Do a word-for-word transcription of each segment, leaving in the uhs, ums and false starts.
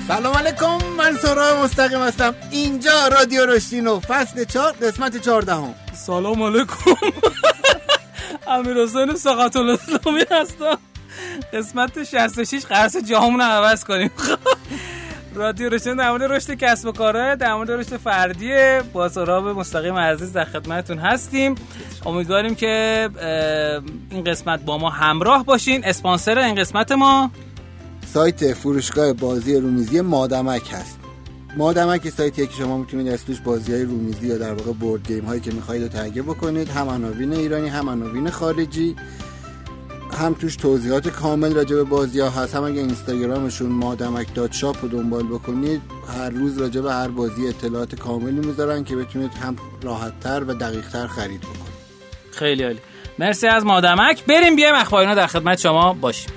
سلام علیکم، من سهراب مستقیم هستم. اینجا رادیو رشتینو فصل چهار قسمت چهاردهم. سلام علیکم. امیرحسین سقط الاسلامی هستم. قسمت شصت و شش قرص جامون عوض کنیم. رادیو رشتینو در مورد رشد کسب و کاره، در مورد رشد فردیه، با سهراب مستقیم عزیز در خدمتتون هستیم. امیدواریم که این قسمت با ما همراه باشین. اسپانسر این قسمت ما سایت فروشگاه بازی رومیزی مادمک هست. مادمک سایتیه که شما میتونید از توش بازی‌های رومیزی یا در واقع بورد گیم هایی که می‌خواید رو تهیه بکنید، هم عناوین ایرانی هم عناوین خارجی، هم توش توضیحات کامل راجع به بازی‌ها هست. هم اگه اینستاگرامشون مادمک دات شاپ رو دنبال بکنید، هر روز راجع به هر بازی اطلاعات کاملی میذارن که بتونید هم راحت‌تر و دقیق‌تر خرید بکنید. خیلی عالی. مرسی از مادمک. بریم بیایم اخبارینا در خدمت شما باشیم.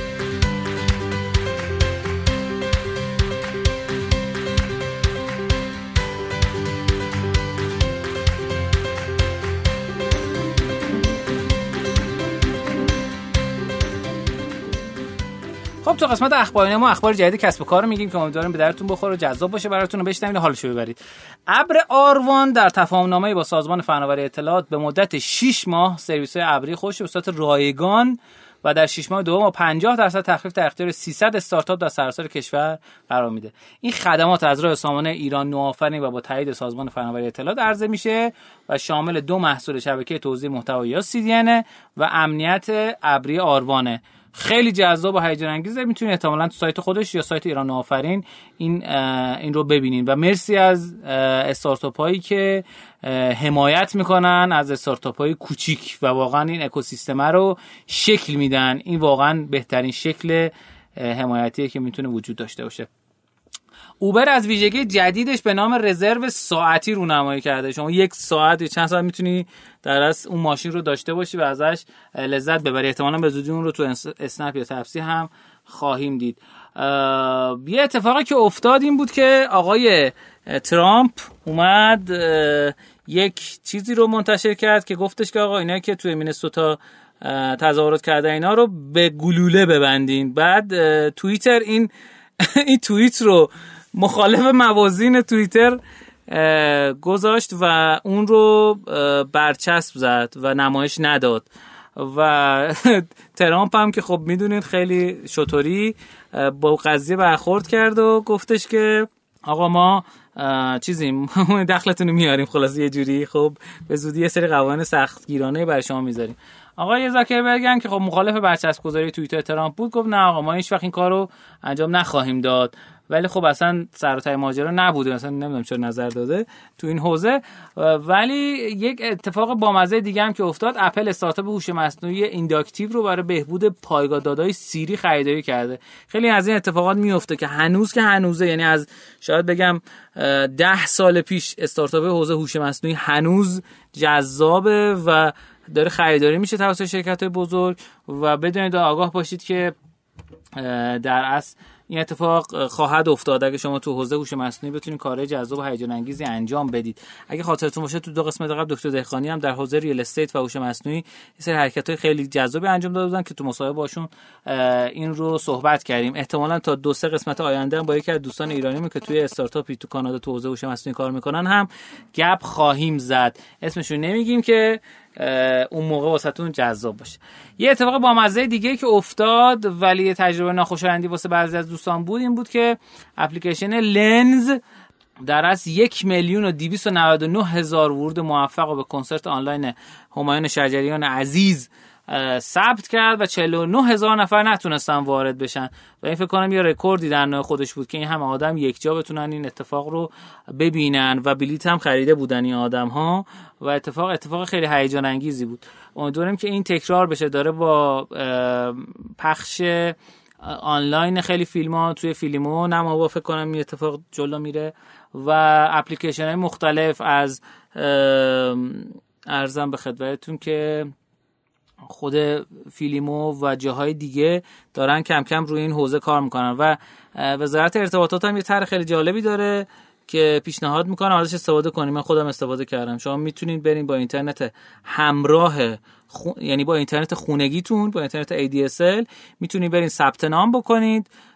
خب تو قسمت اخباری ما اخبار جدید کسب و کار رو میگیم که امیدواریم به درتون بخوره و جذاب باشه براتون رو بشنوید و حالشو ببرید. ابر آروان در تفاهم‌نامه‌ای با سازمان فناوری اطلاعات به مدت شش ماه سرویس‌های ابری خودش به صورت رایگان و در شش ماه دوم پنجاه درصد تخفیف در اختیار سیصد استارتاپ در سراسر کشور قرار میده. این خدمات از راه سامانه ایران نوآفرین و با تایید سازمان فناوری اطلاعات عرضه میشه و شامل دو محصول شبکه توزیع محتوا یا سی دی ان و امنیت ابری آروانه. خیلی جذاب و هیجان انگیزه. میتونید احتمالاً تو سایت خودش یا سایت ایران نوآفرین این این رو ببینید و مرسی از استارتاپ هایی که حمایت میکنن از استارتاپ های کوچیک و واقعا این اکوسیستم رو شکل میدن. این واقعا بهترین شکل حمایتیه که میتونه وجود داشته باشه. اوبر از ویژگی جدیدش به نام رزرو ساعتی رونمایی کرده. شما یک ساعت یا چند ساعت میتونی در اصل اون ماشین رو داشته باشی و ازش لذت ببری. احتمالاً به زودی اون رو تو اسنپ یا تپسی هم خواهیم دید. یه اتفاقی که افتاد این بود که آقای ترامپ اومد یک چیزی رو منتشر کرد که گفتش که آقا اینا که توی مینسوتا تظاهرات کرده اینا رو به گلوله ببندین. بعد توییتر این این توییت رو مخالف موازین توییتر گذاشت و اون رو برچسب زد و نمایش نداد و ترامپ هم که خب میدونید خیلی شطوری با قضیه برخورد کرد و گفتش که آقا ما چیزیم دخلتون رو میاریم، خلاصه یه جوری خب به زودی یه سری قوانین سختگیرانه برای شما میذاریم. آقای زاکربرگ هم که خب مخالف برچسب گذاری توییتر ترامپ بود گفت نه آقا ما هیچ وقت این کارو انجام نخواهیم داد. ولی خب اصلا سر و ته ماجرا نبوده، اصلا نمیدونم چرا نظر داده تو این حوزه. ولی یک اتفاق بامزه دیگه هم که افتاد، اپل استارتاپ هوش مصنوعی اینداکتیو رو برای بهبود پایگاه دادای سیری خریداری کرده. خیلی از این اتفاقات میفته که هنوز که هنوزه، یعنی از شاید بگم ده سال پیش استارتاپ حوزه هوش مصنوعی هنوز جذابه و داره خریداری میشه توسط شرکت‌های بزرگ و بدونید آگاه باشید که در اصل این اتفاق خواهد افتاد اگه شما تو حوزه هوش مصنوعی بتونید کارهای جذاب و هیجان انگیزی انجام بدید. اگه خاطرتون باشه تو دو قسمت قبل دکتر دهقانی هم در حوزه ریل استیت و هوش مصنوعی یه سری حرکت‌های خیلی جذابی انجام داده بودن که تو مصاحبه باشون این رو صحبت کردیم. احتمالاً تا دو سه قسمت آینده هم با یکی از دوستان ایرانیمون که توی استارتاپی تو کانادا تو حوزه هوش مصنوعی کار میکنن هم گپ خواهیم زد. اسمشون نمیگیم که اون موقع واسهتون جذاب باشه. یه اتفاق با مزه دیگه که افتاد ولی یه تجربه ناخوشایندی واسه بعضی از دوستان بود این بود که اپلیکیشن لنز در از یک میلیون و دویست و نود و نه هزار ورود موفق و به کنسرت آنلاین همایون شجریان عزیز ثبت کرد و چهل و نه هزار نفر نتونستن وارد بشن و این فکر کنم یه رکوردی در نوع خودش بود که این همه آدم یک جا بتونن این اتفاق رو ببینن و بلیط هم خریده بودن این آدم ها و اتفاق اتفاق خیلی هیجان انگیزی بود. امیدواریم که این تکرار بشه. داره با پخش آنلاین خیلی فیلم ها توی فیلمو نما فکر کنم این اتفاق جلو میره و اپلیکیشن های مختلف از ارزم به خدمتتون که خود فیلیمو و جاهای دیگه دارن کم کم روی این حوزه کار میکنن و وزارت ارتباطات هم یه طرح خیلی جالبی داره که پیشنهاد میکنم ازش استفاده کنیم. من خودم استفاده کردم. شما میتونید برین با اینترنت همراه خو... یعنی با اینترنت خونگیتون، با اینترنت ای دی اس ال میتونید برین ثبت نام بکنید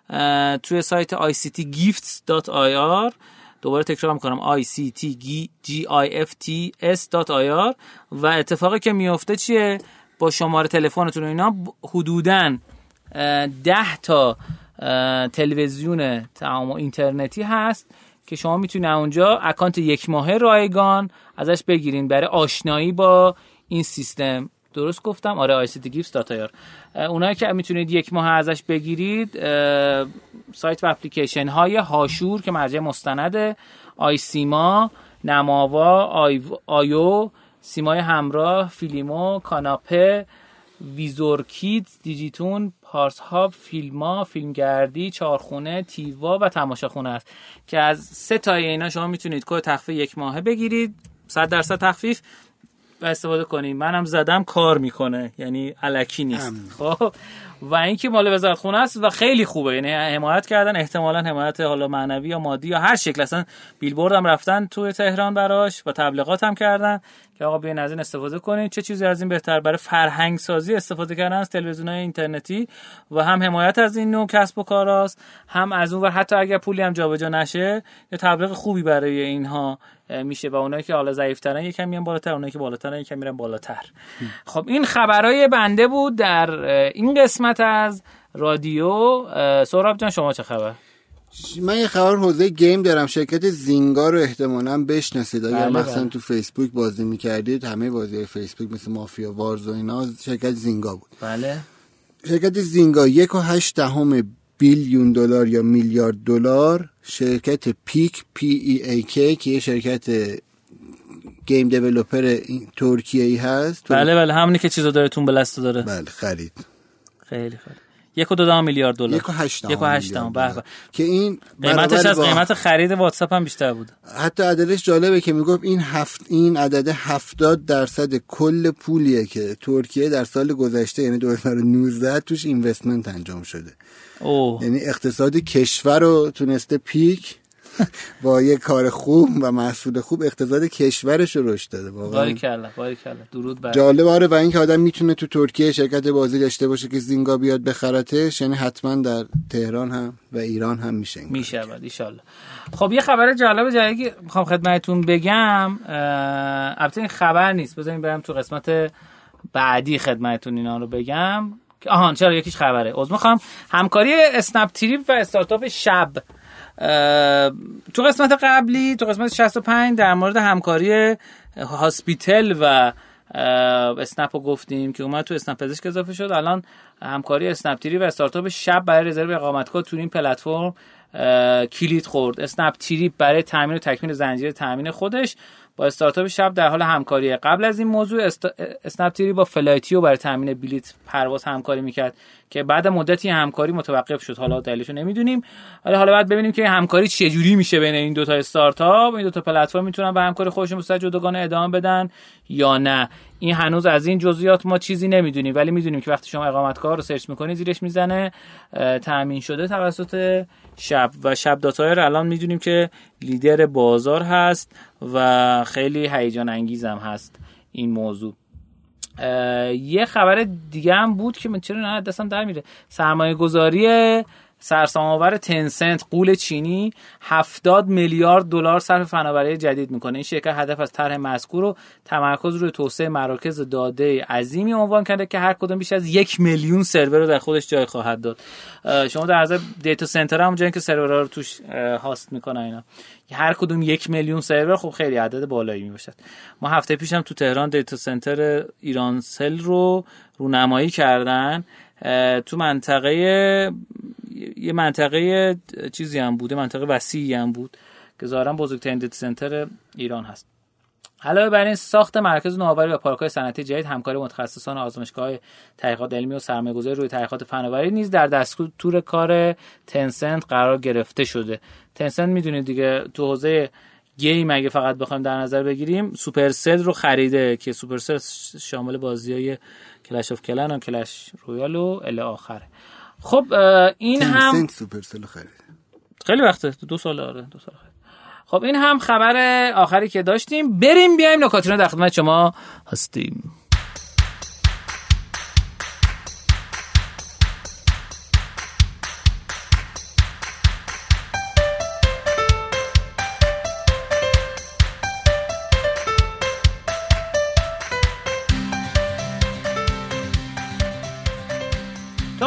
توی سایت آی سی تی گیفتس دات آی آر، دوباره تکرار میکنم آی سی تی جی آی اف تی اس دات آی آر. و اتفاقی که میفته چیه؟ با شماره تلفنتون و اینا حدوداً ده تا تلویزیون تمام اینترنتی هست که شما میتونید اونجا اکانت یک ماهه رایگان ازش بگیرین برای آشنایی با این سیستم. درست گفتم؟ آره، آی سی تی گیفتس دات آی آر. اونایی که میتونید یک ماه ازش بگیرید سایت و اپلیکیشن های هاشور که مرجع مستند، آی سیما، نماوا، آی آیو، سیمای همراه، فیلیمو، کاناپه، ویزور کیدز، دیجیتون، پارس هاب، فیلما، فیلمگردی، چارخونه، تیوا و تماشاخونه است که از سه تا اینا شما میتونید کد تخفیف یک ماهه بگیرید، صد درصد تخفیف و استفاده کنید. منم زدم کار میکنه، یعنی الکی نیست. خب و اینکه مال وزارت خونه است و خیلی خوبه، یعنی حمایت کردن، احتمالاً حمایت حالا معنوی یا مادی یا هر شکل، اصلا بیلبورد هم رفتن توی تهران براش و تبلیغات هم کردن که آقا بیاین از این استفاده کنید. چه چیزی از این بهتر برای فرهنگ سازی استفاده کردن از تلویزیون‌های اینترنتی و هم حمایت از این نوع کسب و کاراست، هم از اون ور حتی اگر پولی هم جابجا نشه یه تبلیغ خوبی برای اینها میشه و اونایی که حالا ضعیف‌ترن یکم میان بالاتر، اونایی که بالاترن یکم میرن بالاتر. خب این خبرای بنده بود در این قسمت از رادیو. سهراب جان شما چه خبر؟ من یه خبر حوزه گیم دارم. شرکت زینگا رو احتمالاً بشناسید اگر مثلا تو فیسبوک بازی می‌کردید. همه بازی‌های فیسبوک مثل مافیا وارز و اینا شرکت زینگا بود. بله. شرکت زینگا یک و هشت دهم بیلیون دلار یا میلیارد دلار شرکت پیک پی ای ای کی که یه شرکت گیم دیولپر ترکیه‌ای هست. بله بله همونی که چیزا داره تون بلستو داره. بله خرید. خیلی خیلی. یک و دو دهم میلیارد دلار. یک و هشت یک و هشت دهم به به. که این قیمتش از قیمت خرید واتساپ هم بیشتر بود. حتی عددش جالبه که میگفت این هفت این عدد هفتاد درصد کل پولیه که ترکیه در سال گذشته یعنی دو هزار و نوزده توش اینوستمنت انجام شده. اوه. یعنی اقتصاد کشور رو تونسته پیک با یه کار خوب و محصول خوب اقتصاد کشورش رو رشد داده. واقعا باریکلا باریکلا درود بر جالب. آره و اینکه آدم میتونه تو ترکیه شرکت بازی داشته باشه که زینگا بیاد بخرتش، یعنی حتما در تهران هم و ایران هم میشه میشه بعد ان شاء الله. خب یه خبر جالب جایی که میخوام خدمتتون بگم، البته این خبر نیست، بذارین برم تو قسمت بعدی خدمتتون اینا رو بگم. آهان چرا یکیش خبره. عذر میخوام. همکاری اسنپ تریپ و استارتاپ شب. تو قسمت قبلی تو قسمت شصت و پنج در مورد همکاری هاسپیتل و اسنپ رو گفتیم که اومد تو اسنپ پزشک اضافه شد. الان همکاری اسنپ تریپ و استارتاپ شب برای رزرو اقامتگاه تو این پلتفرم کلید خورد. اسنپ تریپ برای تامین و تکمیل زنجیره تامین خودش با استارتاپ شب در حال همکاری. قبل از این موضوع است... اسنپ تریپ با فلایتیو برای تامین بلیت پرواز همکاری میکرد که بعد مدتی همکاری متوقف شد. حالا دلیلشو نمیدونیم، ولی حالا بعد ببینیم که همکاری چه جوری میشه بین این دو تا استارتاپ. این دو تا پلتفرم میتونن به همکاری خودشون مستقل جداگانه ادامه بدن یا نه. این هنوز از این جزئیات ما چیزی نمیدونیم، ولی میدونیم که وقتی شما اقامتگاه رو سرچ میکنید زیرش میزنه تامین شده توسط شب و شب داتایر الان میدونیم که لیدر بازار هست و خیلی هیجان انگیز هم هست این موضوع. یه خبر دیگه هم بود که من چرا نه دستم در میره. سرمایه گذاری سرسام‌آور تنسنت غول چینی هفتاد میلیارد دلار صرف فناوری جدید میکنه. این شرکت هدف از طرح مذکور رو تمرکز روی توسعه مراکز داده عظیمی عنوان کرده که هر کدوم بیش از یک میلیون سرور رو در خودش جای خواهد داد. شما در نظر دیتا سنتر هم جایی که سرورها رو توش هاست میکنن اینا هر کدوم یک میلیون سرور، خب خیلی عدد بالایی میباشد. ما هفته پیشم تو تهران دیتا سنتر ایرانسل رو رونمایی کردن. تو منطقه یه منطقه چیزی هم بوده، منطقه وسیعی هم بود که ظاهرا بزرگترین دیتا سنتر ایران هست. علاوه بر این ساخت مرکز نوآوری و پارک‌های صنعتی جدید، همکاری متخصصان آزمایشگاه‌های تحقیقات علمی و سرمایه‌گذاری روی تحقیقات فناوری نیز در دستور کار تنسنت قرار گرفته شده. تنسنت میدونید دیگه تو حوزه گیم اگه فقط بخوایم در نظر بگیریم سوپرسل رو خریده که سوپرسل شامل بازی‌های کلش آف کلن و کلش رویال و الی آخره. خب این هم تنسنت سوپرسل رو خریده خیلی وقته، دو سال آره دو سال خرید. خب این هم خبر آخری که داشتیم. بریم بیایم نکاتینا در خدمت شما هستیم.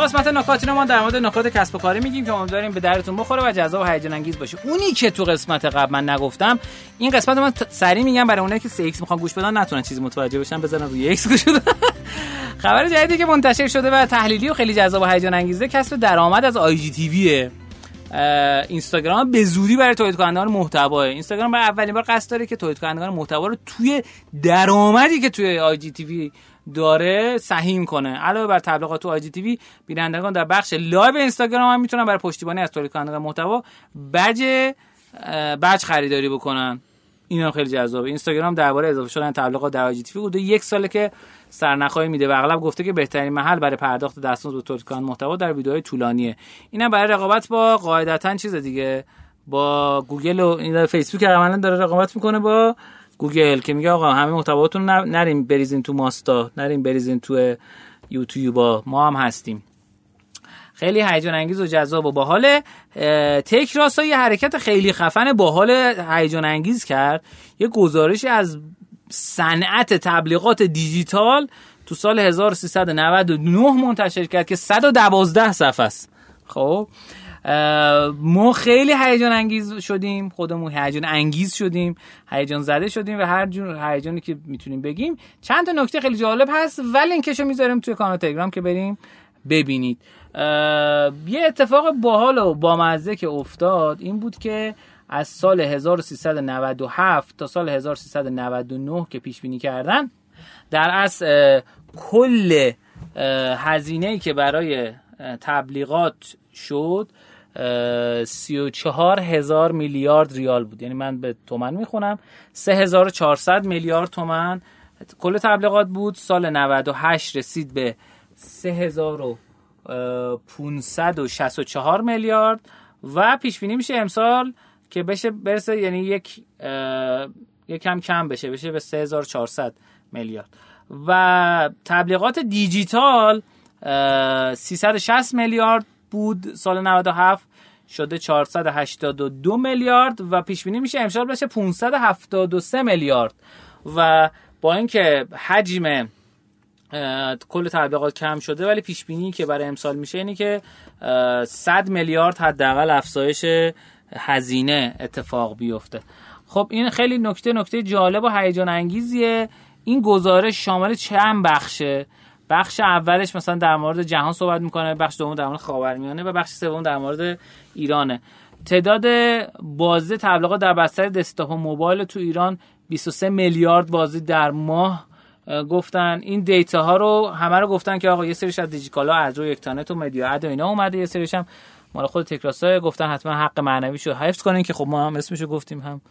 قسمت نکاتینو ما در مورد نکات کسب و کاری میگیم که امیدواریم به درتون بخوره و جذاب و هیجان انگیز باشه. اونی که تو قسمت قبل من نگفتم، این قسمت من سریع میگم برای اونایی که سه ایکس میخوان گوش بدن نتونن چیزی متوجه بشن، بزنن روی ایکس گوش بدن. خبر جدیدی که منتشر شده و تحلیلی و خیلی جذاب و هیجان انگیزه کسب درآمد از آی جی تی ویه. اینستاگرام به زودی برای تولید کنندگان محتوا، اینستاگرام برای اولین بار قصد داره که تولید کنندگان محتوا رو توی درآمدی که توی آی جی تی وی داره سهیم کنه. علاوه بر تبلیغات تو آی جی تی وی، بینندگان در بخش لایو اینستاگرام هم میتونن برای پشتیبانی از تولید کنندگان محتوا بج بج خریداری بکنن. اینا خیلی جذابه. اینستاگرام درباره اضافه شدن تبلیغات در آی جی تی وی بوده یک ساله که سرنخای میده و اغلب گفته که بهترین محل برای پرداخت دستمزد به تولید کننده محتوا در ویدیوهای طولانیه. اینا برای رقابت با قاعدتاً چیز دیگه، با گوگل و این فیسبوک عملاً داره رقابت میکنه با گوگل که میگه آقا همه محتواتون نریم بریزین تو ماستا، نریم بریزین تو یوتیوب، ما هم هستیم. خیلی هیجان انگیز و جذاب و باحال. تک راسا یه حرکت خیلی خفن باحال هیجان انگیز کرد. یه گزارشی از صنعت تبلیغات دیجیتال تو سال هزار و سیصد و نود و نه منتشر کرد که صد و دوازده صفحه است. خب ما خیلی هیجان انگیز شدیم، خودمون هیجان انگیز شدیم، هیجان زده شدیم و هر جور هیجانی که میتونیم بگیم. چند تا نکته خیلی جالب هست ولی لینکشو میذاریم توی کانال تلگرام که بریم ببینید. یه اتفاق باحال و بامزه که افتاد این بود که از سال هزار و سیصد و نود و هفت تا سال هزار و سیصد و نود و نه که پیش بینی کردن، در اصل کل هزینه‌ای که برای تبلیغات شد سی و چهار هزار میلیارد ریال بود. یعنی من به تومن میخونم، سه هزار و چهارصد میلیارد تومن کل تبلیغات بود. سال نود و هشت رسید به سه هزار و پانصد و شصت و چهار میلیارد و پیش بینی میشه امسال که بشه برسه، یعنی یک یک کم کم بشه بشه به سه هزار و چهارصد میلیارد. و تبلیغات دیجیتال سیصد و شصت میلیارد بود سال نود و هفت، شده چهارصد و هشتاد و دو میلیارد و پیش بینی میشه امسال بشه پانصد و هفتاد و سه میلیارد. و با اینکه حجم کل تبلیغات کم شده ولی پیش بینی که برای امسال میشه اینی که صد میلیارد حداقل افزایش هزینه اتفاق بیفته. خب این خیلی نکته نکته جالب و هیجان انگیزیه. این گزارش شامل چند بخشه. بخش اولش مثلا در مورد جهان صحبت میکنه، بخش دوم در مورد خاورمیانه و بخش سوم در مورد ایرانه. تعداد بازدید تبلیغات در بستر دسکتاپ و موبایل تو ایران بیست و سه میلیارد بازدید در ماه گفتن. این دیتا ها رو همه رو گفتن که آقا یه سریش از دیجیکالا، از روی یکتانت و مدیا اد و اینا اومده، یه سریش هم مال خود تکراسا گفتن حتما حق معنویشو حفظ کنین که خب ما هم اسمشو گفتیم هم.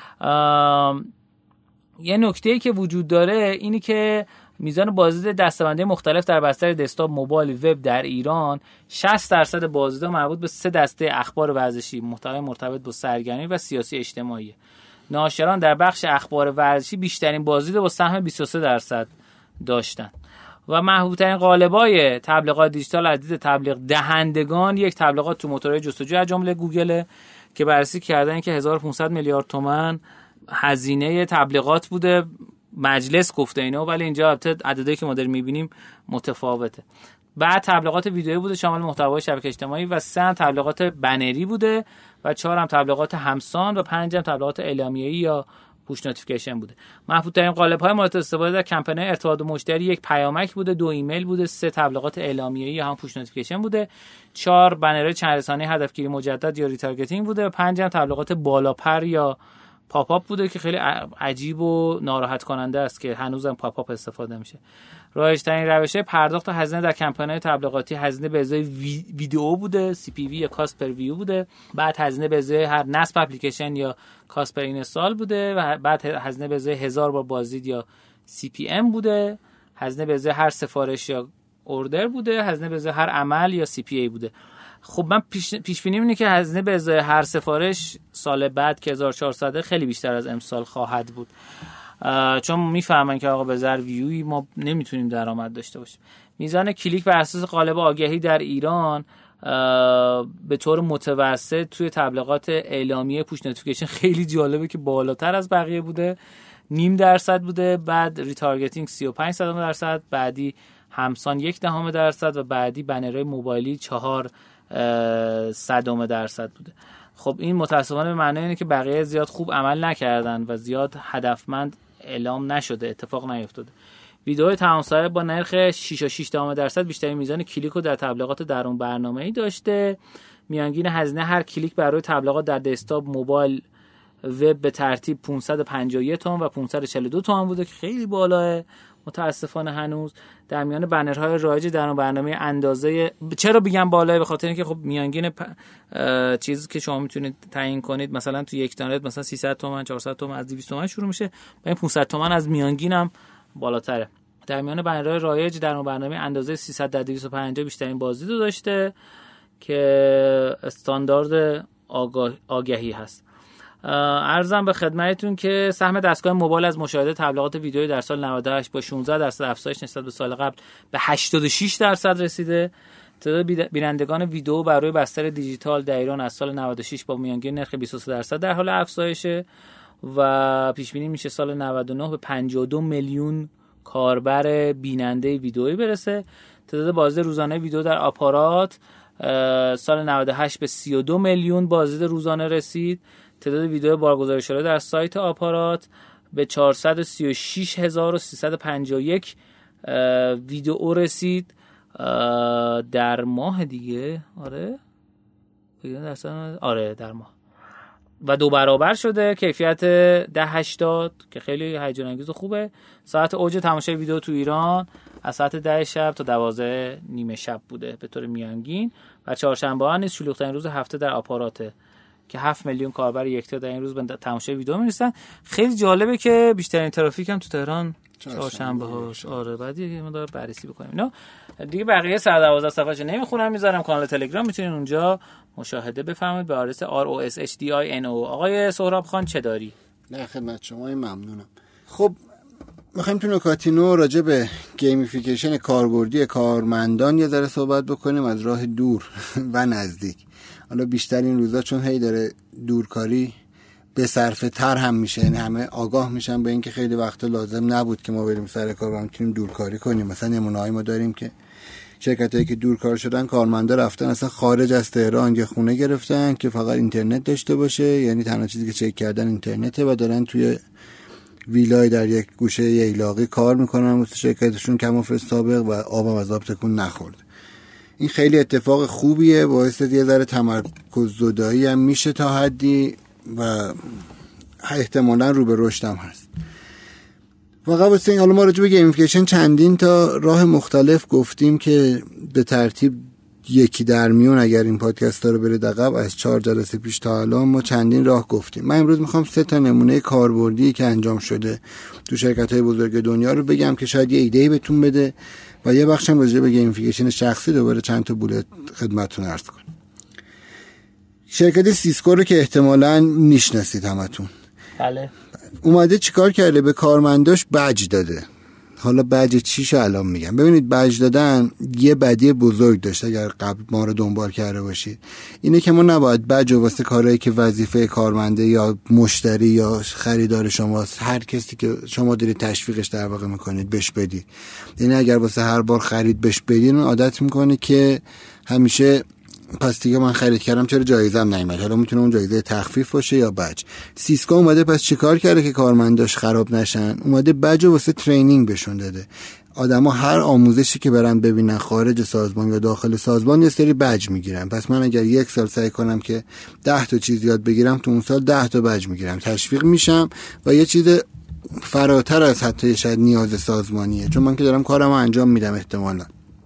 یه نکته‌ای که وجود داره اینی که میزان بازدید دسته‌بندی مختلف در بستر دسکتاپ، موبایل، وب در ایران شصت درصد بازدیدها مربوط به سه دسته اخبار ورزشی، محتوای مرتبط با سرگرمی و سیاسی اجتماعی. ناشران در بخش اخبار ورزشی بیشترین بازدید با سهم بیست و سه درصد داشتن. و محبوب‌ترین قالب‌های تبلیغات دیجیتال از دید تبلیغ دهندگان یک تبلیغات تو موتورهای جستجو از جمله گوگل که بررسی کردن که هزار و پانصد میلیارد تومان هزینه تبلیغات بوده. مجلس گفته اینو ولی اینجا عددی که ما داریم می‌بینیم متفاوته. بعد تبلیغات ویدیویی بوده شامل محتوای شبکه اجتماعی و سه هم تبلیغات بنری بوده و چهار هم تبلیغات همسان و پنج هم تبلیغات اعلامیه‌ای یا پوش نوتیفیکیشن بوده. محبوب‌ترین قالب‌های مورد استفاده در کمپین‌های ارتباط مشتری یک پیامک بوده، دو ایمیل بوده، سه تبلیغات اعلامیه‌ای یا هم پوش نوتیفیکیشن بوده، چهار بنرهای چند رسانه‌ای هدفگیری مجدد یا ریتارگتینگ بوده و پنج هم تبلیغات بالاپر یا پاپ آپ بوده که خیلی عجیب و ناراحت کننده است که هنوزم پاپ آپ استفاده میشه. رایج‌ترین روشه پرداخت هزینه در کمپین‌های تبلیغاتی هزینه به ازای ویدیو بوده، سی پی وی یا کاست پر ویو بوده، بعد هزینه به ازای هر نصب اپلیکیشن یا کاست پر اینستال بوده و بعد هزینه به ازای هزار بار بازدید یا سی پی ام بوده، هزینه به ازای هر سفارش یا اوردر بوده، هزینه به ازای هر عمل یا سی پی ای بوده. خب من پیش پیش بینی اینه که هزینه به ازای هر سفارش سال بعد که هزار و چهارصد خیلی بیشتر از امسال خواهد بود، چون میفهمن که آقا به ضرر ویوی ما نمیتونیم درآمد داشته باشیم. میزان کلیک بر اساس قالب آگهی در ایران به طور متوسط توی تبلیغات اعلامیه پوش نوتیفیکیشن خیلی جالبه که بالاتر از بقیه بوده، نیم درصد بوده، بعد ریتارگتینگ سی و پنج درصد، بعدی همسان یک دهم درصد و بعدی بنرهای موبایلی چهار صدم درصد بوده. خب این متاسفانه به معنی اینه که بقیه زیاد خوب عمل نکردن و زیاد هدفمند اعلام نشده، اتفاق نیفتاده. ویدئوی تمام سایه با نرخ شش و شش دهم درصد بیشترین میزان کلیک رو در تبلیغات درون برنامه‌ای داشته. میانگین هزینه هر کلیک برای تبلیغات در دسکتاپ، موبایل، وب به ترتیب پانصد و پنجاه و یک تومان و پانصد و چهل و دو تومان بوده که خیلی بالاه متاسفانه هنوز. در میان بنرهای رایج درون برنامه اندازه، چرا بگم بالاه؟ به خاطر اینکه خب میانگین پ... چیزی که شما میتونید تعیین کنید مثلا تو یک دانه مثلا سیصد تومان چهارصد تومان از دویست تومان شروع میشه، با این پانصد تومان از میانگینم بالاتره. در میان بنرهای رایج درون برنامه اندازه سیصد تا دویست و پنجاه بیشترین بازدید داشته که استاندارد آگاه... آگهی هست. عرضم به خدمتتون که سهم دستگاه موبایل از مشاهده تبلیغات ویدیویی در سال نود و هشت با شانزده درصد افزایش نسبت به سال قبل به هشتاد و شش درصد رسیده. تعداد بینندگان ویدیو بر روی بستر دیجیتال در ایران از سال نود و شش با میانگین نرخ بیست و سه درصد در حال افزایشه و پیش بینی میشه سال نود و نه به پنجاه و دو میلیون کاربر بیننده ویدیویی برسه. تعداد بازدید روزانه ویدیو در آپارات سال نود و هشت به سی و دو میلیون بازدید روزانه رسید. تعداد ویدیو بارگذاری شده در سایت آپارات به چهارصد و سی و شش هزار و سیصد و پنجاه و یک ویدیو رسید در ماه دیگه. آره آره در ماه و دو برابر شده. کیفیت ده هشتاد که خیلی هیجان انگیز و خوبه. ساعت اوج تماشای ویدیو تو ایران از ساعت ده شب تا دوازده نیمه شب بوده به طور میانگین و چهارشنبه ها نیز شلوغ‌ترین روز هفته در آپاراته که هفت میلیون کاربر یکتا در این روز به تماشای ویدیو میرسن. خیلی جالبه که بیشترین ترافیک هم تو تهران چهارشنبه هاش. آره بعد یه مقدار بررسی بکنیم اینا دیگه. بقیه صد و دوازده صفحه‌اش نمیخونم، میذارم کانال تلگرام، میتونین اونجا مشاهده بفرمایید به آدرس آر او اس اچ دی آی ان او. آقای سهراب خان چه داری؟ نه خدمت شما، ممنونم. خب میخوایم تو نکاتینو راجع به گیمفیکیشن کاربردی کارمندان یه ذره صحبت بکنیم از راه دور و نزدیک. حالا بیشتر این روزا چون هی داره دورکاری به صرفه تر هم میشه، یعنی همه آگاه میشن به اینکه خیلی وقتا لازم نبود که ما بریم سر کار و میتونیم دورکاری کنیم. مثلا نمونه‌ای ما داریم که شرکتایی که دورکار شدن کارمندا رفتن اصلا خارج از تهران یه خونه گرفتن که فقط اینترنت داشته باشه، یعنی تنها چیزی که چک کردن اینترنته و دارن توی ویلای در یک گوشه ییلاقی کار میکنن مثل شرکتشون کمافه سابق و آبم از آب تکون نخورد. این خیلی اتفاق خوبیه، باعث یه ذره تمرکز زدایی هم میشه تا حدی و احتمالاً رو به رشد هم هست. واقعا واسه این حالا ما راجع به گیمفیکیشن چندین تا راه مختلف گفتیم که به ترتیب یکی در میون اگر این پادکست ها رو برید عقب از چهار جلسه پیش تا الان ما چندین راه گفتیم. من امروز میخوام سه تا نمونه کاربردی که انجام شده تو شرکت‌های بزرگ دنیا رو بگم که شاید یه ایده‌ای بهتون بده و یه بخشم راجع به گیمفیکیشن شخصی دوباره چند تا بولت خدمتتون عرض کنم. شرکت سیسکو رو که احتمالاً میشناسید همتون. بله. اومده چیکار کرده؟ به کارمنداش بج داده. حالا بج چیشو الان میگم. ببینید بج دادن یه بدی بزرگ داشته اگر قبل ما رو دنبال کرده باشید. اینه که ما نباید بج واسه کارهایی که وظیفه کارمنده یا مشتری یا خریدار شماست، هر کسی که شما دارید تشویقش در واقع میکنید بهش بدید. یعنی اگر واسه هر بار خرید بهش بدید اون عادت میکنه که همیشه پس دیگه من خرید کردم چرا جایزم نیامد. حالا میتونه اون جایزه تخفیف باشه یا بج. سیسکو اومده پس چیکار کرده که کارمنداش خراب نشن؟ اومده بج واسه ترینینگ بهشون داده. آدما هر آموزشی که برن ببینن خارج سازمان یا داخل سازمان یه سری بج میگیرن. پس من اگر یک سال سعی کنم که ده تا چیز یاد بگیرم تو اون سال ده تا بج میگیرم، تشویق میشم و یه چیز فراتر از حتی شاید نیاز سازمانیه، چون من که دارم کارمو انجام میدم احتمالاً.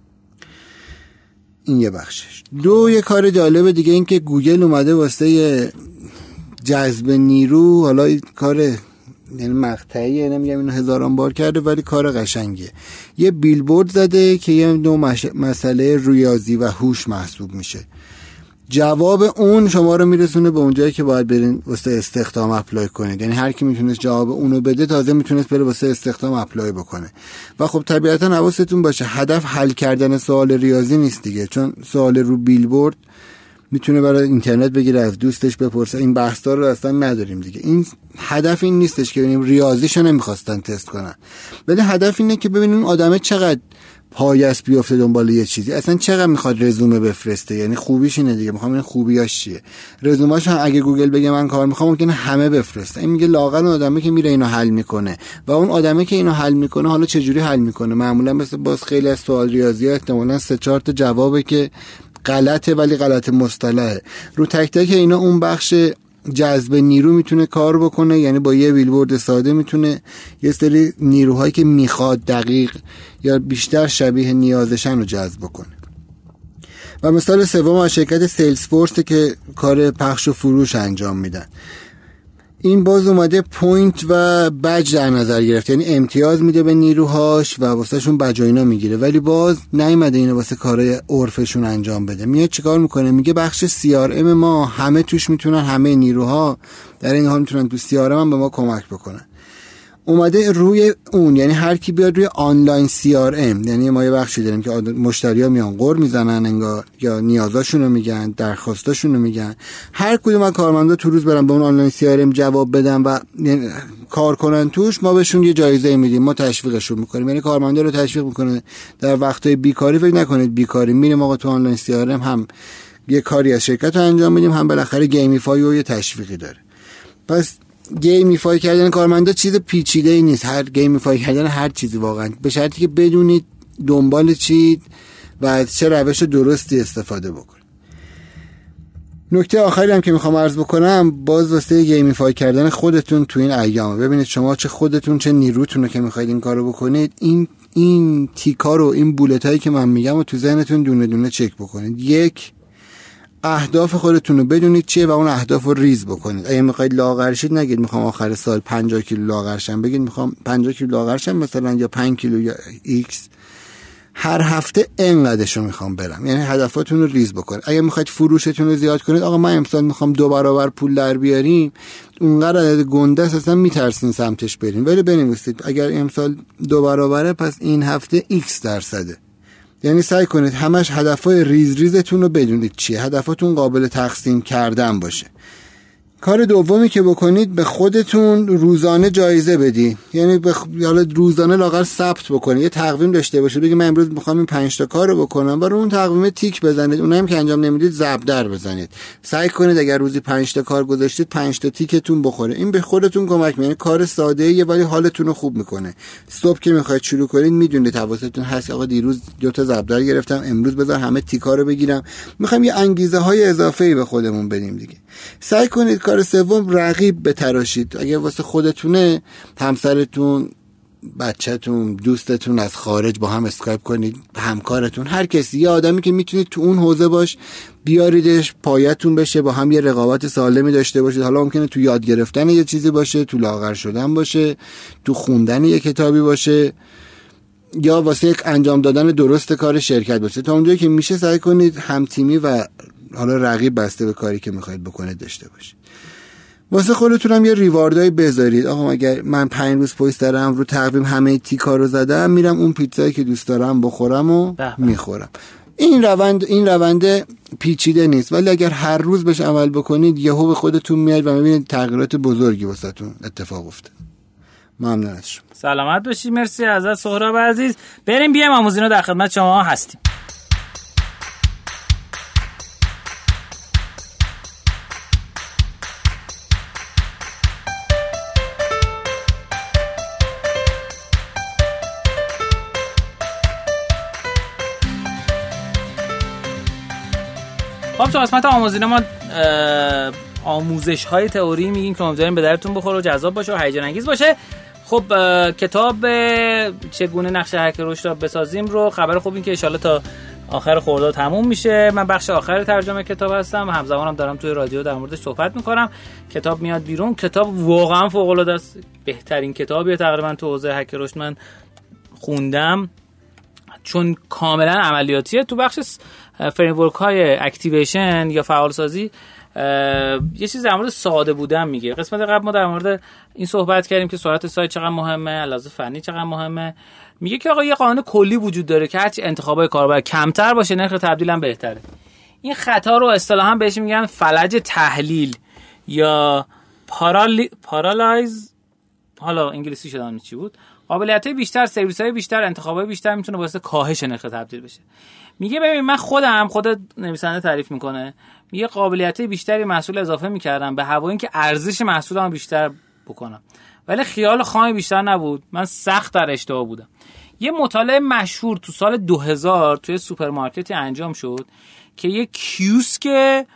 این یه بخشش. دو یه کار جالب دیگه این که گوگل اومده واسه جذب نیرو، حالا این کار یعنی مقطعیه، نمیگم اینو هزاران بار کرده ولی کار قشنگه، یه بیلبورد زده که یه نوع مش... مسئله ریاضی و هوش محسوب میشه. جواب اون شما رو میرسونه به اونجایی که باید برین واسه استخدام اپلای کنید. یعنی هر کی میتونست جواب اونو بده تازه میتونست بره واسه استخدام اپلای بکنه. و خب طبیعتا حواستون باشه هدف حل کردن سوال ریاضی نیست دیگه، چون سوال رو بیلبورد میتونه برای اینترنت بگیره از دوستش بپرسه. این بحثا رو اصلا نداریم دیگه. این هدف این نیستش که ببینیم ریاضیشو نمیخواستن تست کنن، ولی هدف اینه که ببینیم آدمه چقدر پایس بیفته دنبال یه چیزی. اصلا چقدر میخواد رزومه بفرسته؟ یعنی خوبیش اینه دیگه، میخوام این خوبیاش چیه. رزومه‌اش هم اگه گوگل بگه من کار میخوام ممکنه همه بفرسته. این میگه لااقل اون آدمی که میره اینو حل میکنه و اون آدمی که اینو حل میکنه حالا چه جوری حل میکنه. معمولا مثلا باز خیلی از سوال ریاضی ها احتمالاً سه چهار تا جوابه که غلطه ولی غلط مصطلحه. رو تک تک اینا اون بخش جذب نیرو میتونه کار بکنه، یعنی با یه بیلبورد ساده میتونه یه سری نیروهایی که میخواد دقیق یا بیشتر شبیه نیازشن رو جذب کنه. و مثال سوم از شرکت سیلز فورس که کار پخش و فروش انجام میدن. این باز اومده پوینت و بج در نظر گرفت، یعنی امتیاز میده به نیروهاش و واسه شون بج و اینا میگیره، ولی باز نیومده اینو واسه کارهای عرفشون انجام بده. میاد چیکار میکنه؟ میگه بخش سی آر ام ما همه توش میتونن، همه نیروها در این حال میتونن تو سی آر ام هم به ما کمک بکنن. اومده روی اون، یعنی هر کی بیاد روی آنلاین سی آر ام، یعنی ما یه بخشی داریم که مشتری‌ها میان قر میزنن انگار یا نیازاشونو میگن، درخواستاشونو میگن، هر کدوم از کارمندا تو روز برن به اون آنلاین سی آر ام جواب بدن و کار کنن توش، ما بهشون یه جایزه میدیم، ما تشویقشون میکنیم. یعنی کارمندا رو تشویق میکنه در وقتای بیکاری. فکر نکنید بیکاری، میریم آقا تو آنلاین سی آر ام هم یه کاری از شرکت رو انجام میدیم، هم بالاخره گیمیفای و یه تشویقی داره. پس گیمیفای کردن کارمندا چیز پیچیده ای نیست. هر گیمیفای کردن هر چیزی واقعا به شرطی که بدونید دنبال چی و از چه روش درستی استفاده بکنید. نکته آخری هم که میخوام عرض بکنم، باز واسه گیمیفای کردن خودتون تو این ایام، ببینید شما چه خودتون چه نیروتونه که میخواید این کارو بکنید. این این تیکا رو، این بولتایی که من میگم و تو ذهنتون دونه دونه چک بکنید. یک، اهداف خودتون رو بدونید چیه و اون اهداف رو ریز بکنید. اگه میخواید لاغر شید نگید میخوام آخر سال پنجاه کیلو لاغر شم، بگید میخوام پنجاه کیلو لاغر شم مثلا، یا پنج کیلو یا ایکس. هر هفته اینقدرشو میخوام برم، یعنی هدفاتون رو ریز بکنید. اگه میخواید فروشتون رو زیاد کنید، آقا من امسال میخوام دو برابر پول در بیاریم، اونقدر عدد گنده است اصلا میترسین سمتش برین، ولی بنویسید اگر امسال دو برابره پس این هفته ایکس درصده. یعنی سعی کنید همش هدفهای ریز ریزتون رو بدونید چیه، هدفاتون قابل تقسیم کردن باشه. کار دومی که بکنید، به خودتون روزانه جایزه بدی، یعنی به حالا روزانه لااقل ثبت بکنید، یه تقویم داشته باشید، بگید من امروز میخوام این پنج تا کارو بکنم و رو اون تقویم تیک بزنید. اونایی که انجام نمیدید ضرب در بزنید. سعی کنید اگر روزی پنج تا کار گذاشتید پنج تا تیکتون بخوره. این به خودتون کمک میکنه. کار ساده ایه ولی حالتون رو خوب میکنه. صبح که میخواید شروع کنید میدونید حواستون هست آقا دیروز دو تا ضرب در گرفتم، امروز بذار همه تیکا رو بگیرم. میخوام یه انگیزه های اضافه‌ای به خودمون بدیم دیگه. سعی کنید کار سوم رقیب بتراشید. اگه واسه خودتونه، همسرتون، بچه‌تون، دوستتون از خارج با هم اسکایپ کنید، همکارتون، هر کسی، یه آدمی که میتونید تو اون حوزه باش بیاریدش پایتون بشه، با هم یه رقابت سالمی داشته باشید. حالا ممکنه تو یاد گرفتن یه چیزی باشه، تو لاغر شدن باشه، تو خوندن یه کتابی باشه، یا واسه یک انجام دادن درست کار شرکت باشه. تا اونجایی که میشه سعی کنید هم تیمی و حالا رقیب بسته به کاری که میخواید بکنید داشته باشید. واسه خودتون هم یه ریواردای بذارید. آقا اگر من پنج روز پشت دارم رو تقویم همه تیکا رو زدم، میرم اون پیتزایی که دوست دارم بخورم و میخورم. این روند این روند پیچیده نیست، ولی اگر هر روز بهش عمل بکنید یهو به خودتون میاد و میبینید تغییرات بزرگی واسهتون اتفاق افتاد. ممنون از شما. سلامت باشی. مرسی ازت سهراب عزیز. بریم بیام آموزینو در خدمت شما هستیم. خب تو قسمت آموزینه ما آموزش های تئوری میگیم که امیدواریم به درتون بخوره و جذاب باشه و هیجان انگیز باشه. خب کتاب چگونه نقشه هک رشد را بسازیم رو، خبر خوب این که ان شاءالله تا آخر خرداد تموم میشه. من بخش آخر ترجمه کتاب هستم و همزمانم دارم توی رادیو در موردش صحبت میکنم. کتاب میاد بیرون. کتاب واقعا فوق العاده است. بهترین کتابیه تقریبا تو حوزه هک رشد من خوندم، چون کاملا عملیاتیه. تو بخش فریمورک های اکتیویشن یا فعالسازی یه چیز در مورد ساده بودن میگه. قسمت قبل ما در مورد این صحبت کردیم که سرعت سایت چقدر مهمه، علاوه فنی چقدر مهمه. میگه که آقا یه قانون کلی وجود داره که هرچی انتخابای کاربر کمتر باشه نرخ تبدیل هم بهتره. این خطا رو اصطلاحا بهش میگن فلج تحلیل یا پارالی... پارالایز، حالا انگلیسی شدن چی بود. قابلیت‌های بیشتر، سرویس‌های بیشتر، انتخابای بیشتر میتونه باعث کاهش نرخ تبدیل بشه. میگه ببین من خودم خود نویسنده تعریف میکنه، میگه قابلیت‌های بیشتری محصول اضافه میکردم به هوای اینکه ارزش محصولم بیشتر بکنم، ولی خیال خام بیشتر نبود، من سخت در اشتباه بودم. یه مطالعه مشهور تو سال دو هزار توی سوپرمارکتی انجام شد که یه کیوسک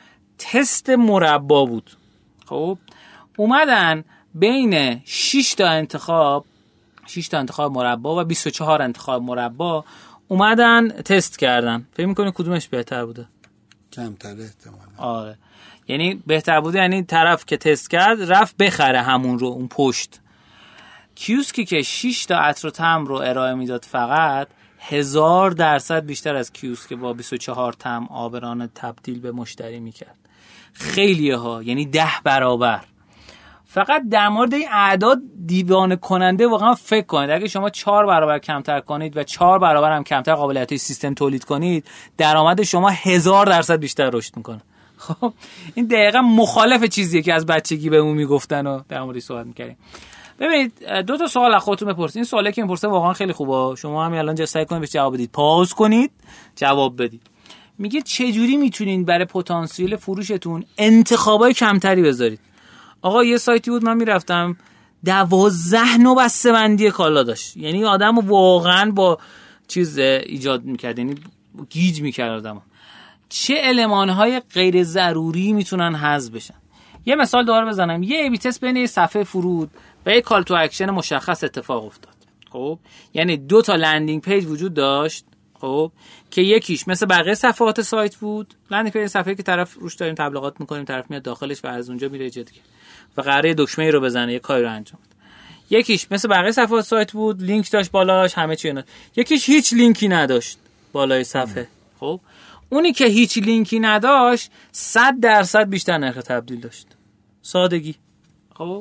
تست مربا بود. خب اومدن بین شش تا انتخاب شش تا انتخاب مربا و بیست و چهار انتخاب مربا اومدن تست کردن. فکر می‌کنی کدومش بهتر بوده؟ کمتر احتمالاً. آره، یعنی بهتر بوده، یعنی طرف که تست کرد رفت بخره همون رو، اون پشت. کیوسکی که شش تا عطر و طعم رو ارائه میداد فقط هزار درصد بیشتر از کیوسک با بیست و چهار طعم عابرانه تبدیل به مشتری میکرد. خیلیه ها، یعنی ده برابر. فقط در مورد این اعداد دیوانه کننده واقعا فکر کنید. اگه شما چهار برابر کمتر کنید و چهار برابر هم کمتر قابلیت سیستم تولید کنید، درآمد شما هزار درصد بیشتر رشد میکنه. خب این دقیقاً مخالف چیزیه که از بچگی بهمون میگفتن و در موردش صحبت میکردیم. ببینید دو تا سوال از خودتون بپرسید. این سوالی که میپرسه واقعا خیلی خوبه، شما هم الان سعی کنید بهش جواب بدید، پاز کنید جواب بدید. میگه چه جوری میتونین برای پتانسیل فروشتون انتخابای کمتری بذارید؟ آقا یه سایتی بود من میرفتم دوازده نوع بسته‌بندی کالا داشت، یعنی آدمو واقعا با چیز ایجاد میکرد، یعنی گیج میکرد آدمو. چه المانهای غیر ضروری میتونن حذف بشن؟ یه مثال دوباره بزنم. یه ای بی تست بین یه صفحه فرود و یه کال تو اکشن مشخص اتفاق افتاد. خب یعنی دو تا لندینگ پیج وجود داشت، خب که یکیش مثل بقیه صفحات سایت بود، لندینگ پیج صفحه‌ای که طرف روش داریم تبلیغات می‌کنیم، طرف میاد داخلش و از اونجا میره جدی و قراره دکمه‌ای رو بزنه، یه کاری رو انجام بده. یکیش مثل بقیه صفحات سایت بود، لینک داشت بالاش، همه چی اینا. یکیش هیچ لینکی نداشت بالای صفحه. خب اونی که هیچ لینکی نداشت صد درصد بیشتر نرخ تبدیل داشت. سادگی. خب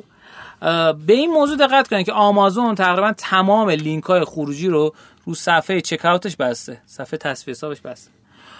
به این موضوع دقت کنید که آمازون تقریبا تمام لینک‌های خروجی رو رو صفحه چک اوتش بسته، صفحه تصفیه حسابش بسته.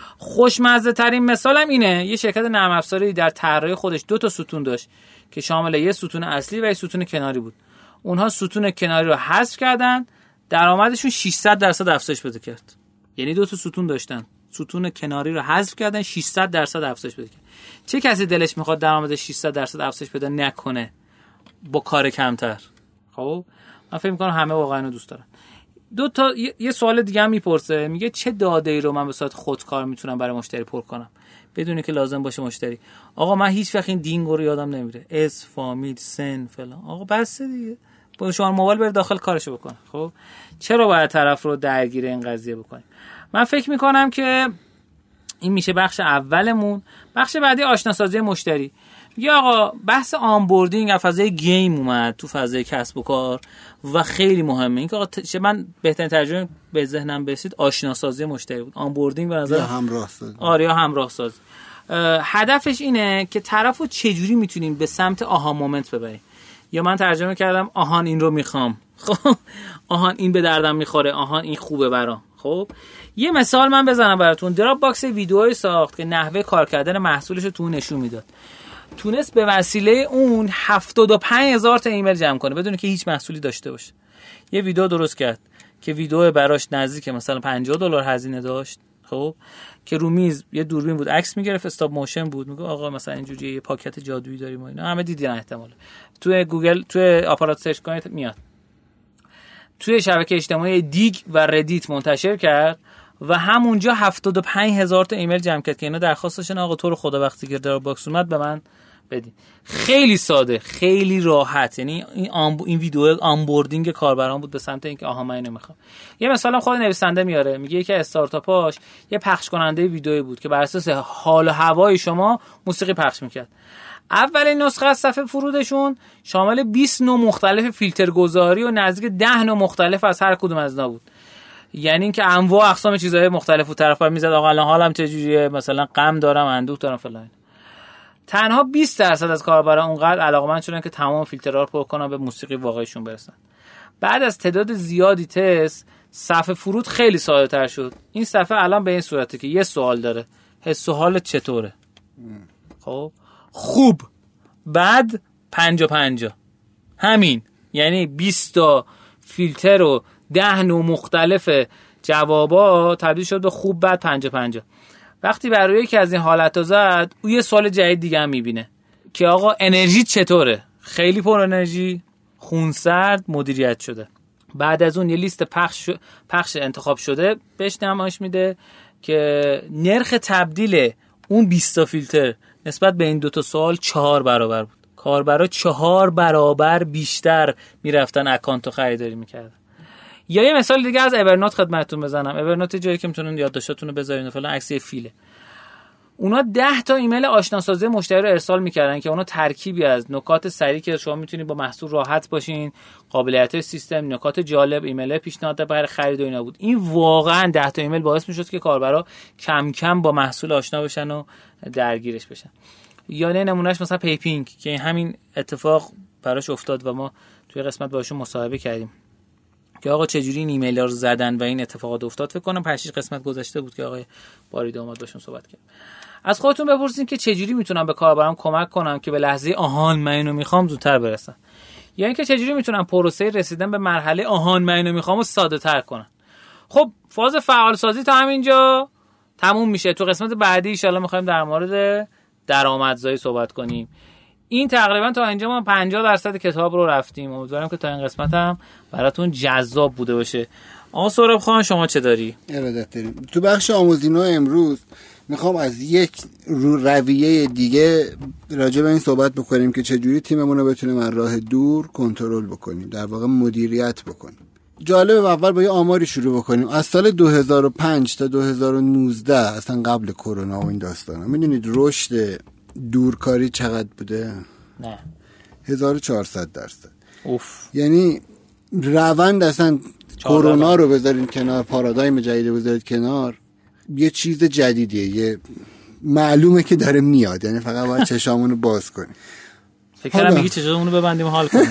خوشمزه ترین مثالم اینه، یه شرکت نرم افزاری در طراحی خودش دو تا ستون داشت که شامل یه ستون اصلی و یه ستون کناری بود. اونها ستون کناری رو حذف کردن، درآمدشون ششصد درصد افزایش پیدا کرد. یعنی دو تا ستون داشتن، ستون کناری رو حذف کردن، ششصد درصد افزایش پیدا کرد. چه کسی دلش میخواد درآمدش ششصد درصد افزایش پیدا نکنه با کار کمتر؟ خب من فکر می‌کنم همه واقعا اینو دوست دارن. دو تا یه سوال دیگه هم میپرسه، میگه چه داده‌ای رو من به صورت خودکار میتونم برای مشتری پر کنم بدون که لازم باشه مشتری. آقا من هیچ وقت این دینگو رو یادم نمیره، اسم، فامیل، سن فلان. آقا بس دیگه، با شما موبایل بر داخل کارشو بکن. خب چرا باید طرف رو درگیر این قضیه بکنیم؟ من فکر میکنم که این میشه بخش اولمون. بخش بعدی آشناسازی مشتری. میگه آقا بحث آنبوردینگ از فضای گیم اومد تو فضای کسب و کار و خیلی مهمه. این که آقا ت... من بهترین ترجمه به ذهنم برسید آشناسازی مشتری بود. آنبوردینگ به نظر همراه سازی. آره یا همراه سازی. هدفش اینه که طرفو چجوری میتونیم به سمت آها مومنت ببریم. یا من ترجمه کردم آهان این رو میخوام، خب آهان این به دردم میخوره، آهان این خوبه برام. خب یه مثال من بزنم براتون. دراپ باکس ویدیویی ساخت که نحوه کار کردن محصولش رو تو نشون میداد. تونست به وسیله اون هفتاد و پنج هزار تا ایمیل جمع کنه بدون که هیچ محصولی داشته باشه. یه ویدیو درست کرد که ویدیو براش نزدیک مثلا پنجاه دلار هزینه داشت، خب که رو میز یه دوربین بود عکس میگرفت، استاپ موشن بود. میگه آقا مثلا اینجوری یه پاکت جادویی داریم و اینا، همه دیدین احتمالاً. توی گوگل توی آپارات سرچ کنید میاد. توی شبکه اجتماعی دیگ و ردیت منتشر کرد و همونجا هفتاد و پنج هزار تا ایمیل جمع کرد که اینا درخواستشون آقا تو رو خدا وقتی که دراپ باکس اومد به من بدین. خیلی ساده، خیلی راحت. یعنی این آن این ویدیو آنبوردینگ کاربران بود به سمت اینکه آها من اینو میخوام. یه مثلا خود نویسنده میاره، میگه یکی از استارتاپاش یه پخش کننده ویدیویی بود که بر اساس حال و هوای شما موسیقی پخش میکرد. اولین نسخه از صفحه فرودشون شامل بیست نوع مختلف فیلتر گذاری و نزدیک ده نوع مختلف از هر کدوم از اینا بود. یعنی اینکه انواع اقسام چیزهای مختلفو طرف میزد، آقا الان حالم چجوریه، مثلا غم دارم، اندوه دارم فلان. تنها بیست درصد از کاربران اونقدر علاقه‌مند شدن که تمام فیلترها رو پر کنن به موسیقی واقعیشون برسن. بعد از تعداد زیادی تست صفحه فرود خیلی ساده‌تر شد. این صفحه الان به این صورته که یه سوال داره، حس و حالت چطوره؟ خب خوب، بعد پنجاه پنجاه، همین. یعنی بیست تا فیلتر و ده نوع مختلف جوابا تبدیل شد به خوب بد پنجاه پنجاه. وقتی برای یکی از این حالت‌ها زد، او یه سوال جدید دیگه هم میبینه که آقا انرژی چطوره؟ خیلی پر انرژی، خونسرد، مدیریت شده. بعد از اون یه لیست پخش پخش انتخاب شده بهش نمایش میده که نرخ تبدیل اون بیست تا فیلتر نسبت به این دوتا سوال چهار برابر بود. کاربرا چهار برابر بیشتر میرفتن اکانتو خریداری میکردن. یا یه مثال دیگه از اورنوت خدمتتون بزنم. اورنوت جایی که میتونن یادداشتاتون رو بذارین، فلان عکس فیله. اونا ده تا ایمیل آشناسازی مشتری رو ارسال میکردن که اونا ترکیبی از نکات سریع که شما میتونید با محصول راحت باشین، قابلیت سیستم، نکات جالب، ایمیل پیشنهاد برای خرید و اینا بود. این واقعا ده تا ایمیل باعث میشد که کاربرا کم کم با محصول آشنا بشن و درگیرش بشن. یا نه نمونهش مثلا پیپینگ که همین اتفاق براش افتاد و ما توی قسمت باشون مصاحبه کردیم که آقا چجوری این ایمیل‌ها رو زدن و این اتفاقات افتاد. فکر کنم پنج شش قسمت گذشته بود که آقای بارید اومد باشون صحبت کرد. از خودتون بپرسین که چجوری میتونم به کاربرام کمک کنم که به لحظه آهان من اینو میخوام زودتر برسن، یا اینکه چجوری میتونم پروسه رسیدن به مرحله آهان من اینو میخوام رو ساده تر کنم. خب فاز فعال سازی تا همینجا تموم میشه. تو قسمت بعدی ان شاءالله میخوایم در مورد درآمدزایی صحبت کنیم. این تقریبا تا اینجا ما پنجاه درصد کتاب رو رفتیم. امیدوارم که تا این قسمت هم براتون جذاب بوده باشه. آقا سهراب خان شما چه داری؟ ارادت داریم. تو بخش آموزینو امروز میخوام از یک رو رویه دیگه راجع به این صحبت بکنیم که چجوری تیممون رو بتونیم از راه دور کنترل بکنیم، در واقع مدیریت بکنیم. جالب اول با یه آماری شروع بکنیم. از سال دو هزار و پنج تا دو هزار و نوزده، اصلا قبل کرونا و این داستانا، میدونید رشد دورکاری چقدر بوده؟ نه. هزار و چهارصد درصد. اوف. یعنی روند اصلا کرونا رو بذارین کنار، پارادایم جدید بذارید کنار، یه چیز جدیدیه، یه معلومه که داره میاد، یعنی فقط باید چشامونو باز کنیم. فکر کنم میگی چشامونو ببندیم حال کنیم.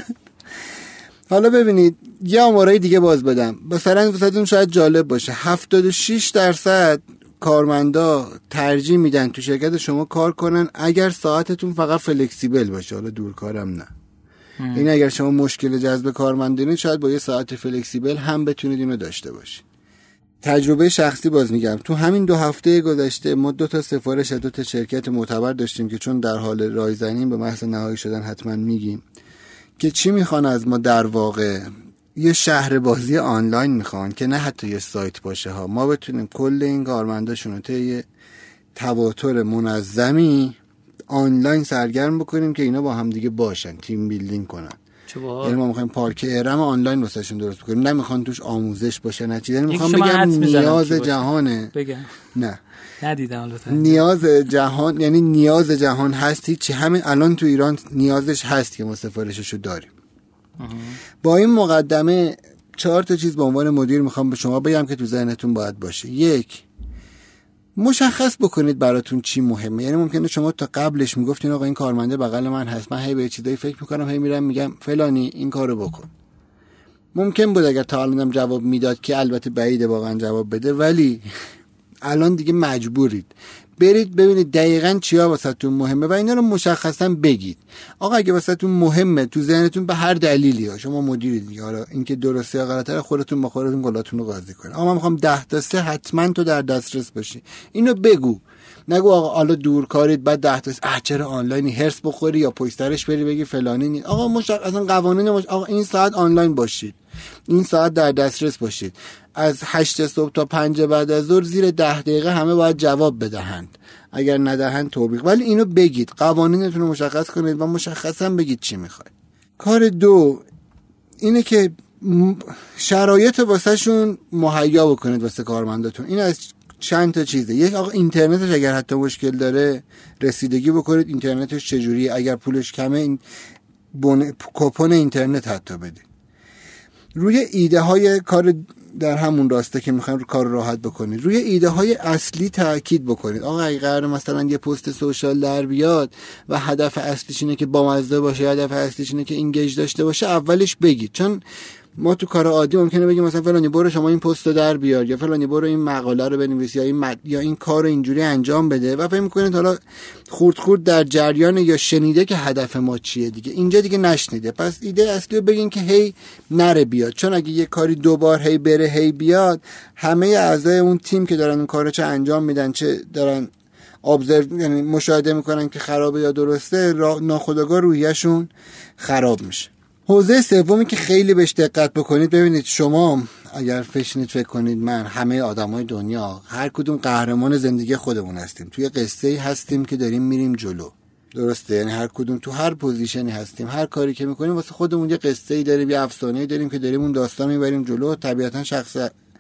حالا ببینید یه آمارای دیگه باز بدم مثلا واسهتون شاید جالب باشه. هفتاد و شش درصد کارمندا ترجیح میدن تو شرکت شما کار کنن اگر ساعتتون فقط فلکسیبل باشه، حالا دورکارم نه. این اگر شما مشکل جذب کارمند دارید شاید با یه ساعت فلکسیبل هم بتونید اینو داشته باشید. تجربه شخصی باز میگم، تو همین دو هفته گذشته ما دو تا سفارش از دو تا شرکت معتبر داشتیم که چون در حال رایزنیم به محض نهایی شدن حتما میگیم که چی میخوان از ما. در واقع یه شهر بازی آنلاین میخوان که نه حتی یه سایت باشه ها، ما بتونیم کل این کارمنداشون رو طی تواتر منظمی آنلاین سرگرم بکنیم که اینا با هم دیگه باشن، تیم بیلدینگ کنن. یعنی ما میخوایم پارک ارم آنلاین واسهشون درست بکنیم، نمیخوان توش آموزش باشه نه چیزی. یعنی میخوام بگم نیاز جهانه. بگم نه ندیدم البته. نیاز جهان، یعنی نیاز جهان هستی چی همین الان تو ایران نیازش هست که ما سفارششو داریم. با این مقدمه چهار تا چیز به عنوان مدیر میخوام به شما بگم که تو ذهنتون باید باشه. یک، مشخص بکنید براتون چی مهمه. یعنی ممکنه شما تا قبلش میگفتین آقا این کارمنده بغل من هست، من هی به چیزایی فکر میکنم، هی میرم میگم فلانی این کارو بکن. ممکن بود اگر تا الانم جواب میداد که البته بعیده واقعا جواب بده، ولی الان دیگه مجبورید برید ببینید دقیقاً چیا واسهتون مهمه و اینا رو مشخصاً بگید. آقا اگه واسهتون مهمه تو ذهنتون به هر دلیلی ها، شما مدیرید دیگه، حالا اینکه درسته یا غلطه خودتون با خودتون گلاتون رو قاضی کنید. آقا من میخوام ده تا سه حتما تو در دسترس باشی، اینو بگو. نگو آقا حالا دور کارید بعد ده تا اه چرا آنلاینی هرس بخوری یا پشت سرش بری بگی فلانی نیست. آقا مشخصاً قوانین مش... آقا این ساعت آنلاین باشید، این ساعت در دسترس باشید، از هشت صبح تا پنج بعد از ظهر زیر ده دقیقه همه باید جواب بدهند، اگر ندهند توبیخ. ولی اینو بگید، قوانینتون رو مشخص کنید و مشخصا بگید چی میخواید. کار دو اینه که شرایط واسه شون مهیا بکنید واسه کارمنداتون. این از چند تا چیزه. یک، آقا اینترنتش اگر حتی مشکل داره رسیدگی بکنید اینترنتش چجوریه، اگر پولش کمه این بون... کوپن اینترنت حتی بدید. روی ایده های کار در همون راسته که میخواین رو کار راحت بکنید، روی ایده های اصلی تاکید بکنید. آقا اگه قراره مثلا یه پست سوشال در بیاد و هدف اصلیش اینه که بامزه باشه، هدف اصلیش اینه که اینگیج داشته باشه، اولش بگید. چون ما تو کار عادی ممکنه بگیم مثلا فلانی برو شما این پستو در بیار، یا فلانی برو این مقاله رو بنویس، یا این مد... یا این کارو اینجوری انجام بده و فکر می‌کنید حالا خورد خورد در جریان یا شنیده که هدف ما چیه دیگه. اینجا دیگه نشنیده. پس ایده اصلی رو بگین که هی نره بیاد، چون اگه یه کاری دوبار هی بره هی بیاد، همه اعضای اون تیم که دارن اون کارو چه انجام میدن چه دارن ابزرو یعنی مشاهده میکنن که خرابه یا درسته، ناخودآگاه روحیه‌شون خراب میشه. حوزه سومی که خیلی بهش دقت بکنید، ببینید شما اگر بشینید فکر کنید من همه آدمای دنیا هر کدوم قهرمان زندگی خودمون هستیم، توی قصه‌ای هستیم که داریم میریم جلو، درسته؟ یعنی هر کدوم تو هر پوزیشنی هستیم، هر کاری که میکنیم واسه خودمون یه قصه‌ای داریم، یه افسانه‌ای داریم که داریم اون داستان میبریم جلو. طبیعتا شخص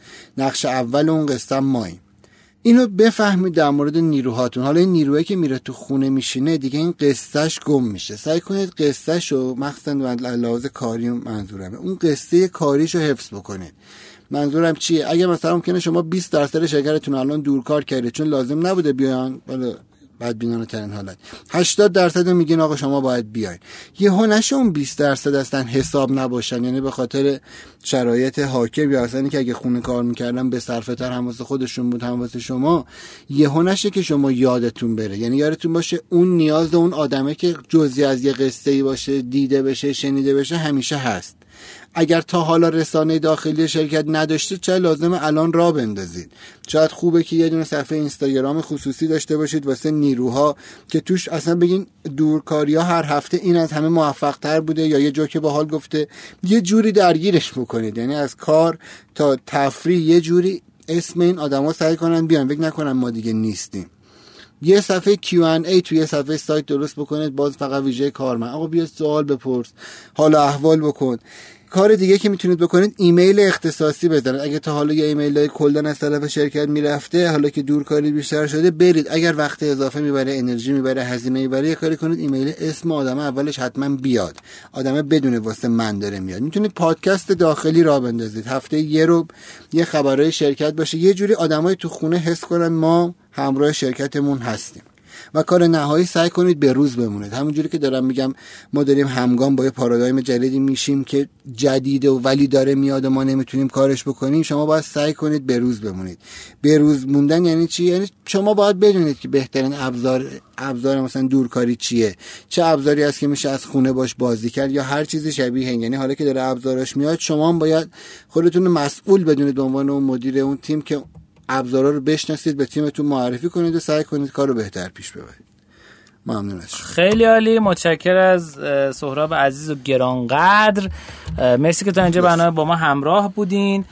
نقش اول اون قصه ماییم. اینو بفهمید در مورد نیروهاتون. حالا این نیرویی که میره تو خونه میشینه دیگه این قصهش گم میشه. سعی کنید قصهشو مخصوصا لحاظ کاری منظورمه، اون قصه کاریشو حفظ بکنید. منظورم چیه؟ اگه مثلا ممکنه شما بیست درصد شرکتتون الان دورکار کردید چون لازم نبوده بیان، بالا بدبینانه ترین حالت هشتاد درصد رو میگین آقا شما باید بیاین، یهو نشه اون بیست درصد اصلا حساب نباشن، یعنی به خاطر شرایط حاکم یا اصلا که اگه خونه کار میکردن به صرفه تر هم واسه خودشون بود هم واسه شما، یهو نشه که شما یادتون بره. یعنی یادتون باشه اون نیاز اون آدمه که جزئی از یه قصه‌ای باشه، دیده بشه، شنیده بشه، همیشه هست. اگر تا حالا رسانه داخلی شرکت نداشتید چه لازمه الان راه بندازید. شاید خوبه که یه دونه صفحه اینستاگرام خصوصی داشته باشید واسه نیروها که توش اصلا بگین دورکاری‌ها هر هفته این از همه موفق تر بوده یا یه جوک باحال گفته، یه جوری درگیرش بکنید. یعنی از کار تا تفریح یه جوری اسم این آدما سعی کنن بیان، فکر نکنن ما دیگه نیستیم. یه صفحه کیو ان ای توی صفحه سایت درست بکنید، باز فقط ویژه کارمند، آقا بیا سوال بپرس، حال احوال بکن. کار دیگه که میتونید بکنید ایمیل اختصاصی بزنید. اگه تا حالا یه ایمیل کلا از طرف شرکت میرفته، حالا که دورکاری بیشتر شده برید، اگر وقت اضافه میبره، انرژی میبره، هزینه میبره، یه کاری کنید ایمیل اسم آدم اولش حتما بیاد، آدمه بدونه واسه من داره میاد. میتونید پادکست داخلی راه بندازید، هفته یه رو یه خبرای شرکت باشه، یه جوری آدمای تو خونه حس کنن ما همراه شرکتمون هستیم. و کار نهایی سعی کنید به روز بمونید. همونجوری که دارم میگم ما داریم همگام با یه پارادایم جدیدی میشیم که جدیده و ولی داره میاد و ما نمیتونیم کارش بکنیم، شما باید سعی کنید به روز بمونید. به روز موندن یعنی چی؟ یعنی شما باید بدونید که بهترین ابزار ابزار مثلا دورکاری چیه، چه ابزاری هست که میشه از خونه باش بازی کرد یا هر چیزی شبیه این. یعنی حالا که داره ابزارش میاد، شما هم باید خودتون مسئول بدونید به عنوان اون مدیر اون تیم که ابزارا رو بشناسید، به تیمتون معرفی کنید و سعی کنید کارو بهتر پیش ببرید. ممنون از شما. خیلی عالی، متشکرم از سهراب عزیز و گرانقدر. مرسی که تا اینجا برنامه با ما همراه بودین.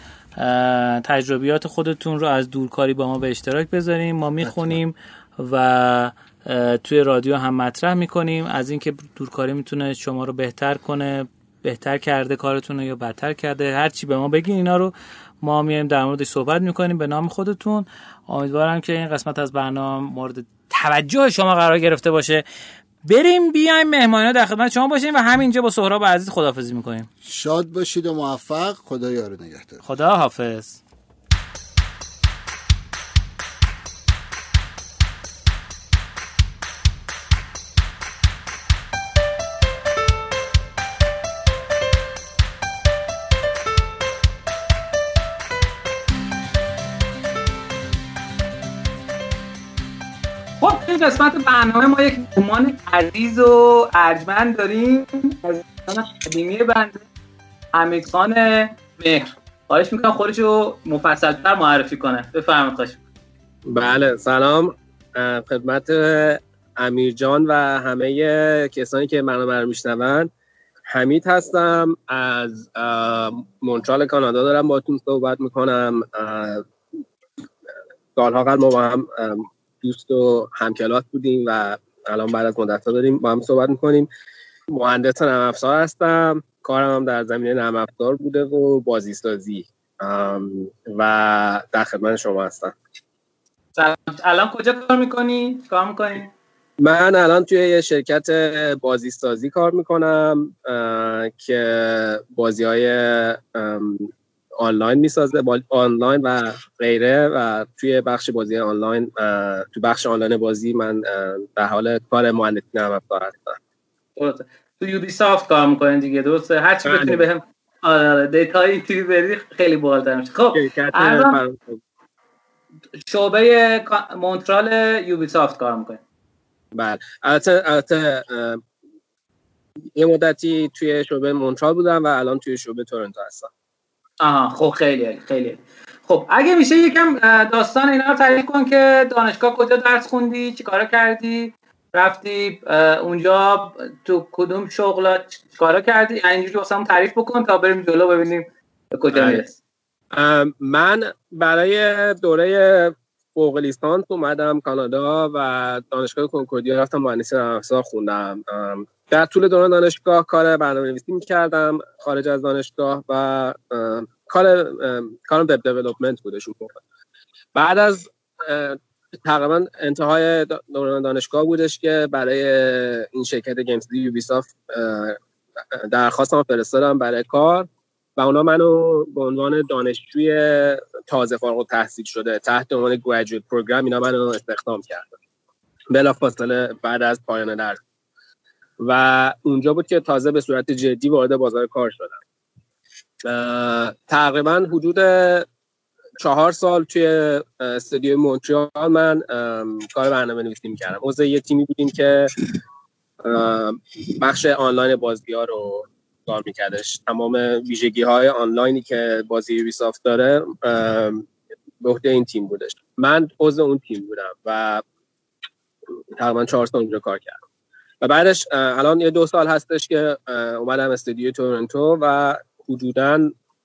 تجربیات خودتون رو از دورکاری با ما به اشتراک بذاریم، ما میخونیم و توی رادیو هم مطرح میکنیم از اینکه دورکاری میتونه شما رو بهتر کنه، بهتر کرده کارتون رو یا بدتر کرده، هر چی به ما بگین اینا رو ما میایم در موردش صحبت میکنیم به نام خودتون. امیدوارم که این قسمت از برنامه مورد توجه شما قرار گرفته باشه. بریم بیایم مهمانان در خدمت شما باشیم و همینجا با سهراب عزیز خداحافظی میکنیم. شاد باشید و موفق. خدا یار و نگهدار. خدا حافظ. قسمت برنامه ما یک مهمان عزیز و ارجمند داریم از دوستان قدیمی بنده، امیرخان مهر. خواهش میکنم خودشو مفصل‌تر معرفی کنه. بفرمایید. خواهش بله، سلام خدمت امیر جان و همه کسانی که برنامه رو میشنون. حمید هستم، از مونترال کانادا دارم باهاتون صحبت میکنم. سالها قبل ما با هم دوست و همکلاس بودیم و الان بعد از مدت‌ها داریم با هم صحبت میکنیم. مهندس نرم افزار هستم، کارم هم در زمینه نرم افزار بوده و بازیسازی و در خدمت شما هستم. سلام. الان کجا کار میکنی؟ کار میکنی؟ من الان توی یه شرکت بازیسازی کار میکنم که بازی‌های آنلاین میسازه، آنلاین و غیره، و توی بخش بازی آنلاین تو بخش آنلاین بازی من در حال کار مهندسی نرم افزار هستم. درسته. تو یوبی سافت کار میکنین دیگه، درسته؟ هر چی بتونی بهم آره آره دیتای اینطوری بری خیلی بالاتر میشه. خب شعبه مونترال یوبی سافت کار میکنه. بله البته البته یه مدتی توی شعبه مونترال بودم و الان توی شعبه تورنتو هستم. آها خب خیلی خیلی خب اگه میشه یکم داستان اینا رو تعریف کن که دانشگاه کجا درس خوندی، چیکارا کردی، رفتی اونجا تو کدوم شغلا چیکارا کردی، اینجوری واسمون تعریف بکن تا بریم جلو ببینیم به کجا میرسیم. من برای دوره فوق لیسانس اومدم کانادا و دانشگاه کنکوردیا رفتم مهندسی نرم افزار خوندم. در طول دوران دانشگاه کار برنامه‌نویسی می‌کردم خارج از دانشگاه و کار کارم وب دیولپمنت بودش اون موقع. بعد از تقریبا انتهای دوران دانشگاه بودش که برای این شرکت گیمز دی یوبی سافت درخواستم فرستادم برای کار و اونا منو به عنوان دانشجوی تازه فارغ التحصیل شده تحت عنوان گریجویت پروگرام اینا منو استخدام کردن بلافاصله بعد از پایان درس و اونجا بود که تازه به صورت جدی وارد بازار کار شدم. تقریبا حدود چهار سال توی استودیو مونترال من کار برنامه‌نویسی می‌کردم. عضو یه تیمی بودیم که بخش آنلاین بازی‌ها رو کار می‌کردش. تمام ویژگی‌های آنلاینی که بازی یوبی سافت داره به عهده این تیم بودش. من عضو اون تیم بودم و تقریبا چهار سال اونجا کار کردم. و بعدش الان یه دو سال هستش که اومدم استودیو تورنتو و حدوداً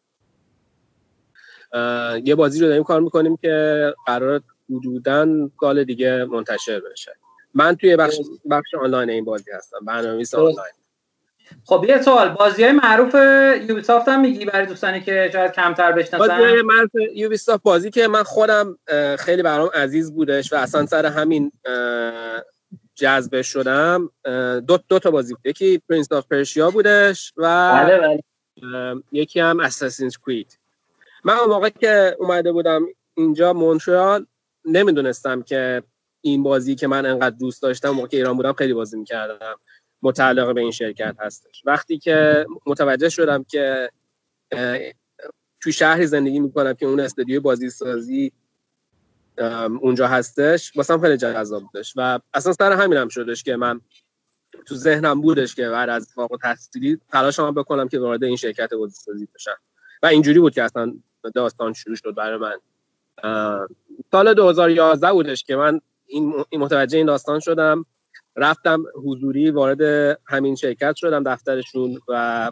یه بازی رو داریم کار میکنیم که قرار حدوداً سال دیگه منتشر بشه. من توی بخش بخش آنلاین این بازی هستم، برنامه‌نویس آنلاین. خب یه سوال، بازی‌های معروف یوبی سافت هم میگی برای دوستانی که شاید کمتر بشناسن؟ بازی‌های معروف یوبی سافت بازی که من خودم خیلی برام عزیز بودش و اصلا سر همین جذب شدم. دو دو تا بازی بود. یکی پرنس آف پرشیا بودش و بله بله. یکی هم اساسینز کرید. من اون موقع که اومده بودم اینجا مونترال نمیدونستم که این بازی که من انقدر دوست داشتم موقع که ایران بودم خیلی بازی می‌کردم متعلق به این شرکت هستش. وقتی که متوجه شدم که توی شهری زندگی می‌کنم که اون استودیوی بازی سازی اونجا هستش واسم خیلی جذاب بودش و اصلا سر همینم شدش که من تو ذهنم بودش که بعد از فارغ التحصیلی تلاشم بکنم که وارد این شرکت بازی سازی بشم و اینجوری بود که اصلا داستان شروع شد برای من. سال دو هزار و یازده بودش که من این متوجه این داستان شدم، رفتم حضوری وارد همین شرکت شدم دفترشون و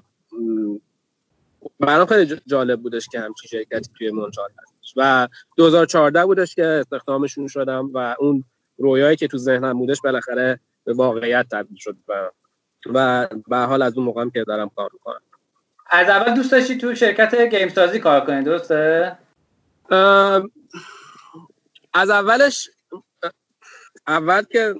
برام خیلی جالب بودش که همچین شرکتی توی مونترال هستش و دو هزار و چهارده بودش که استخدامشون شدم و اون رویایی که تو ذهنم بودش بالاخره به واقعیت تبدیل شد و و به حال از اون موقعم که دارم کار میکنم. از اول دوست داشتی تو شرکت گیم سازی کار کنی درسته؟ از اولش اول که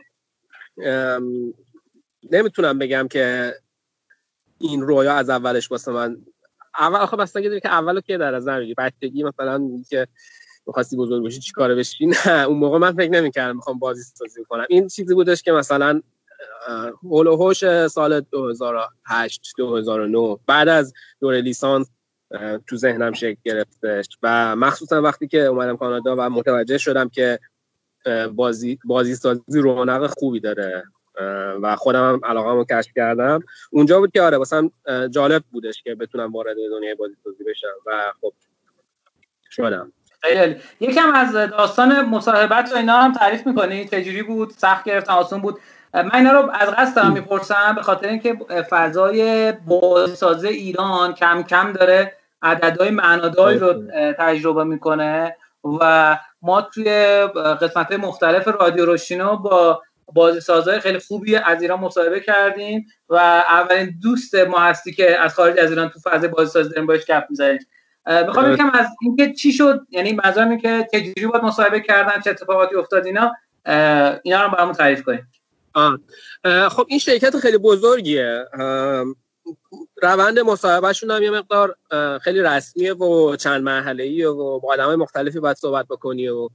نمیتونم بگم که این رویا از اولش واسه من اول آخه بستگی داره که اولو که در نظر میگیری. بچگی مثلا میگی که می‌خواستی بزرگ بشی چیکار بشی، نه اون موقع من فکر نمی‌کردم می‌خوام بازی سازی کنم. این چیزی بودش که مثلا هول و هوش سال دو هزار و هشت دو هزار و نه بعد از دوره لیسانس تو ذهنم شکل گرفتش و مخصوصا وقتی که اومدم کانادا و متوجه شدم که بازی بازی سازی رونق خوبی داره و خودم هم علاقه‌مو کشف کردم. اونجا بود که آره واسم جالب بودش که بتونم وارد دنیای بازی سازی بشم و خب شدم. خیلی یکم از داستان مصاحبت و اینا هم تعریف می‌کنی؟ چجوری بود؟ سخت گرفت؟ آسون بود؟ من اینا رو از قصد دارم میپرسم به خاطر اینکه فضای بازیسازی ایران کم کم داره عددهای معناداری رو تجربه میکنه و ما توی قسمت‌های مختلف رادیو روشینو با بازیسازهای خیلی خوبی از ایران مصاحبه کردیم و اولین دوست ما هستی که از خارج از ایران تو فضای بازیسازی داریم باهاش گپ می‌زنیم. میخوام یکم از اینکه چی شد، یعنی منظورم اینه که چجوری باید مصاحبه کردن، چه اتفاقاتی افتاد، اینا اینا رو برامون تعریف کنید. آه. خب این شرکت خیلی بزرگیه، روند مصاحبهشون هم یه مقدار خیلی رسمیه و چند مرحله‌ایه و با آدمای مختلفی باید صحبت بکنی و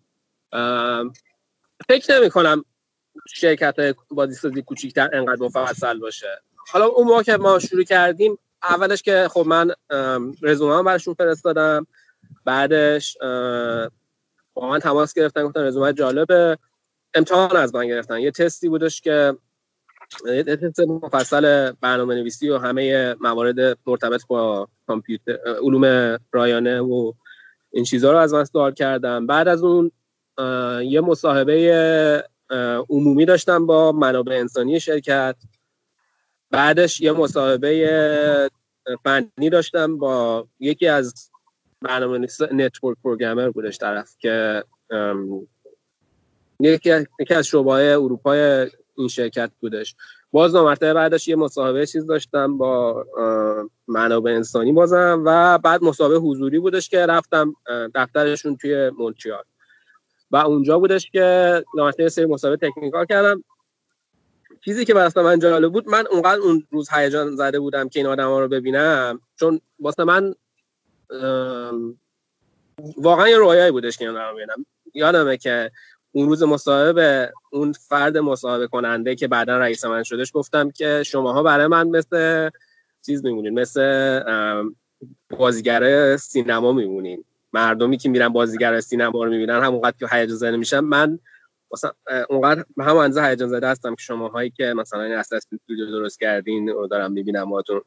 فکر نمی کنم شرکت بازیسازی کوچیک‌تر انقدر مفصل باشه. حالا اون موقع که ما شروع کردیم اولش که خب من رزومه‌ام براشون فرستادم، بعدش با من تماس گرفتن، گفتن رزومه جالبه، امتحان از من گرفتن. یه تستی بودش که یه تست مفصل برنامه‌نویسی و همه موارد مرتبط با کامپیوتر، علوم رایانه و این چیزها رو از من سوال کردم. بعد از اون یه مصاحبه عمومی داشتم با منابع انسانی شرکت، بعدش یه مصاحبه فنی داشتم با یکی از برنامه‌نویس نتورک پروگرامر بودش طرف که یکی از یکی از شعبه‌های اروپای این شرکت بودش. باز نامرتبه بعدش یه مصاحبه چیز داشتم با منابع انسانی بازم، و بعد مصاحبه حضوری بودش که رفتم دفترشون توی مونتریال و اونجا بودش که نامرتبه سری مصاحبه تکنیکال کردم. چیزی که واسه من جالب بود، من اونقدر اون روز هیجان زده بودم که این آدما رو ببینم، چون واسه من واقعا یه رویایی بودش که اینا رو ببینم. یادمه که اون روز مصاحبه اون فرد مصاحبه کننده که بعداً رئیس من شدش گفتم که شماها برای من مثل چیز میمونین، مثل بازیگر سینما میمونین. مردمی که میرن بازیگر سینما رو میبینن همونقدر که هیجان زده میشن، من مثلا اونقدر هم اندازه هیجان زده هستم که شماهایی که مثلا این اساس استودیو درست کردین رو دارم میبینم باهاتون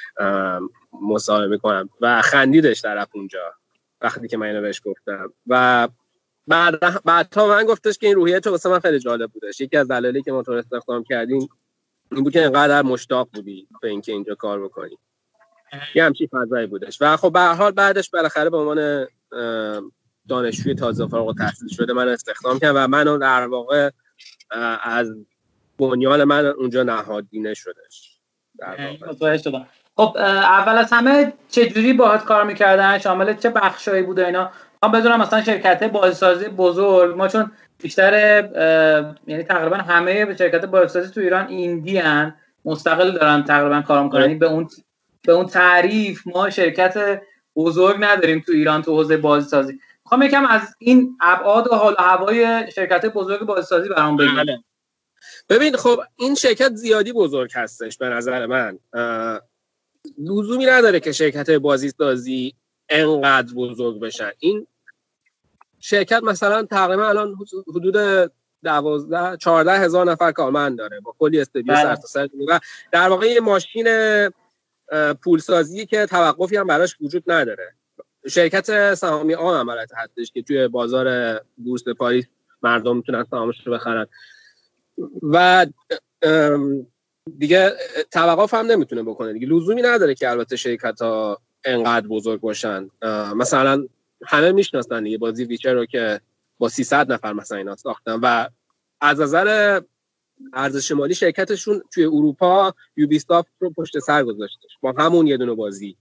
مصاحبه میکنم. و خندیدش طرف اونجا وقتی که من اینو بهش گفتم. و بعد بعدها من گفتش که این روحیه تو واسه من خیلی جالب بودش. یکی از دلایلی که ما تو استخدام کردیم این بود که اینقدر مشتاق بودی به اینکه اینجا کار بکنی. یه همچین فضایی بودش. و خب به هر حال بعدش بالاخره به عنوان دانشجوی تازه فارغ التحصیل شده من استخدام کردم و منو در واقع از بنیان من اونجا نهادینه شدش. متوجه شدم. خب اول از همه چه جوری باهات کار می‌کردن؟ شامل چه بخشایی بوده اینا؟ من بدونم مثلا شرکت‌های بازیسازی بزرگ، ما چون بیشتر یعنی تقریبا همه شرکت‌های بازیسازی تو ایران ایندی ان، مستقل دارن تقریبا کار می‌کنن. به اون به اون تعریف ما شرکت بزرگ نداریم تو ایران تو حوزه بازیسازی. میخوام یکم از این ابعاد و حال و هوای شرکت بزرگ بازیسازی برام بگید. ببین خب این شرکت زیادی بزرگ هستش به نظر من. لزومی نداره که شرکت بازیسازی انقدر بزرگ بشن. این شرکت مثلا تقریبا الان حدود دوازده چهارده هزار نفر کارمند داره با کلی استودیو سر تا سر و در واقع یه ماشین پولسازی که توقفی هم براش وجود نداره. شرکت سهامی عام عملت هستش که توی بازار بورس پاریس مردم میتونن سهامش رو بخرن و دیگه توقف هم نمیتونه بکنه دیگه. لزومی نداره که البته شرکت ها انقدر بزرگ باشن. مثلا همه میشناسن دیگه بازی ویچر رو که با سیصد نفر مثلا اینا ساختن و از نظر ارزش مالی شرکتشون توی اروپا یوبیسافت رو پشت سر گذاشتش با همون یه دونه بازی.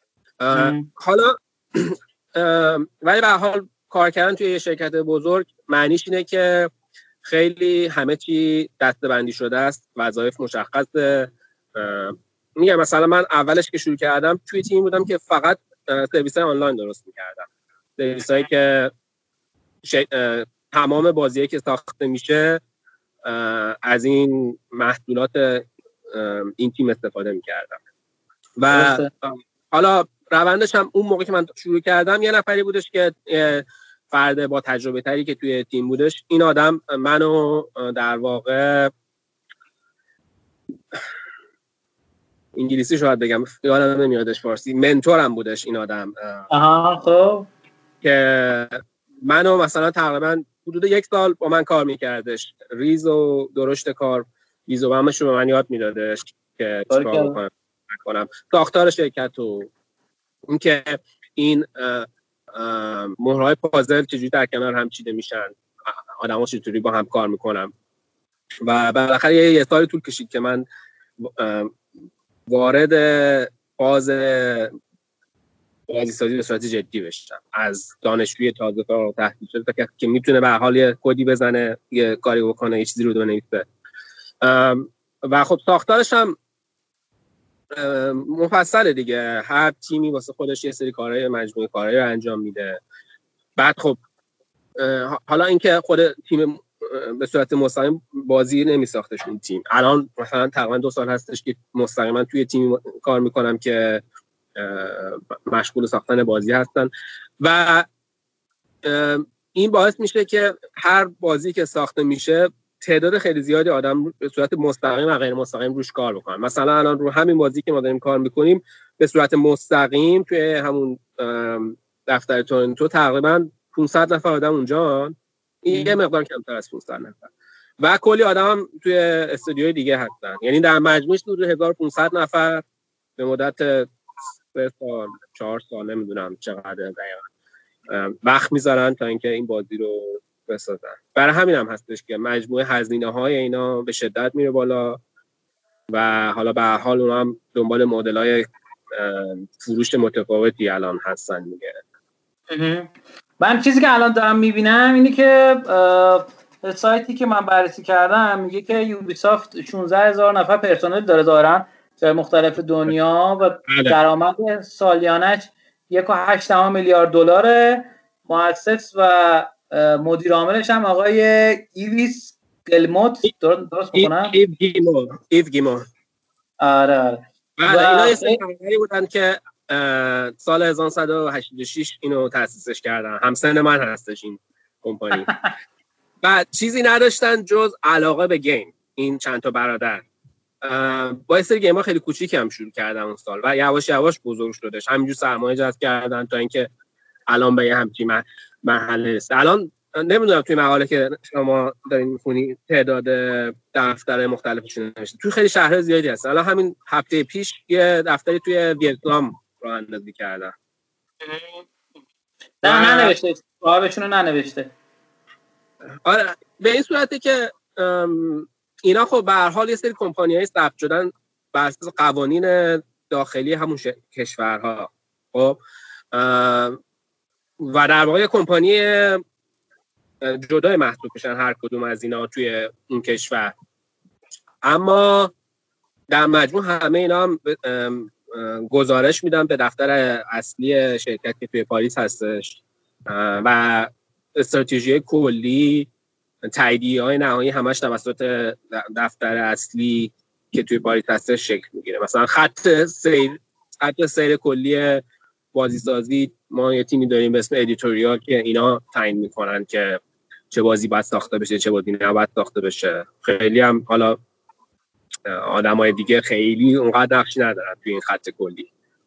حالا ولی به هر حال کار کردن توی یه شرکت بزرگ معنیش اینه که خیلی همه چی دسته‌بندی شده است، وظایف مشخصه. میگم مثلا من اولش که شروع کردم توی تیم بودم که فقط سرویس‌های آنلاین درست می‌کردم. سرویس‌هایی که ش... تمام بازیایی که ساخته میشه از این محصولات این تیم استفاده می‌کردم. و حالا روندش هم اون موقع که من شروع کردم یه نفری بودش که فرد با تجربه تری که توی تیم بودش. این آدم منو در واقع انگلیسی شاید بگم یادم نمیادش فارسی، منتورم بودش این آدم. آها خب که منو مثلا تقریبا حدود یک سال با من کار میکردش، ریز و درشت کار ریز و همش رو به من یاد میدادش که چیکار بکنم کنم، ساختار شرکت و این که این مهرهای پازل چجوری در کنار هم چیده میشن، آدم‌ها چطوری با هم کار میکنن. و بالاخره یه, یه سال طول کشید که من وارد فاز بازیسازی به صورت جدی بشم. از دانشجوی تازه فارغ التحصیل شده تا که میتونه به هر حال یه کدی بزنه، یه کاری بکنه، یه چیزی رو بنویسه. و خب ساختارش هم مفصله دیگه. هر تیمی واسه خودش یه سری کارهای مجموعه کارهای رو انجام میده. بعد خب حالا اینکه خود تیم به صورت مستقیم بازی نمیساختش اون تیم. الان مثلا تقریبا دو سال هستش که مستقیما توی تیم کار میکنم که مشغول ساختن بازی هستن و این باعث میشه که هر بازی که ساخته میشه تعداد خیلی زیادی آدم به صورت مستقیم و غیر مستقیم روش کار بکنن. مثلا الان رو همین بازی که ما داریم کار میکنیم به صورت مستقیم توی همون دفتر تورنتو تقریبا پانصد نفر آدم اونجا، این یه مقدار کمتر از پانصد نفر و کلی آدم هم توی استودیوی دیگه هستن. یعنی در مجموعش حدود هزار و پانصد نفر به مدت سه سال چهار سال نمیدونم چقدر دقیقاً وقت میذارن تا اینکه این بازی رو بسازن. برای همین هم هستش که مجموعه هزینه های اینا به شدت میره بالا و حالا به هر حال اونا هم دنبال مدل های فروش متفاوتی الان هستن دیگه. من چیزی که الان دارم میبینم اینه که سایتی که من بررسی کردم میگه که یوبیسافت شانزده هزار نفر پرسنل داره دارن در مختلف دنیا و درآمد سالیانش یک و هشت میلیارد دلاره. مؤسس و مدیر عاملش هم آقای ایویس گلموت، درست میکنم؟ ایو گیمو ایو گیمو آره آره. بله اینا استفاده بودن که سال هزار و نهصد و هشتاد و شش اینو تأسیسش کردن. همسن من هستش این کمپانی. بعد چیزی نداشتن جز علاقه به گیم. این چند تا برادر با یه سری گیم‌ها خیلی کوچیک هم شروع کردن اون سال و یواش یواش بزرگ شدش. همینجور سرمایه جذب کردن تا اینکه الان به یه همچین مرحله رسید. الان نمیدونم توی مقاله که شما دارین می‌خونی تعداد دفتر مختلفشون نوشته. توی خیلی شهرهای زیادی هست. الان همین هفته پیش یه دفتری توی ویتنام راه اندازی کردن. نه ننوشته، صاحبشون رو ننوشته. آره به این صورته که اینا خب به هر حال یه سری کمپانی‌های ثبت شدن بر اساس قوانین داخلی همون ش... کشورها. خب و در واقع کمپانی جدای محسوب میشن هر کدوم از اینا توی اون کشور. اما در مجموع همه اینا هم گزارش میدن به دفتر اصلی شرکت که توی پاریس هستش و استراتژی کلی تاییدیه‌های نهایی همش توسط دفتر اصلی که توی پاریس هستش شکل میگیره. مثلا خط سیر خط سیر کلی بازیسازی ما یه تیمی داریم به اسم ادیتوریال که اینا تعیین میکنن که چه بازی باید ساخته بشه چه بازی نباید ساخته بشه. خیلی هم حالا آدمای دیگه خیلی اونقدر نقشی ندارن توی این خط کلی،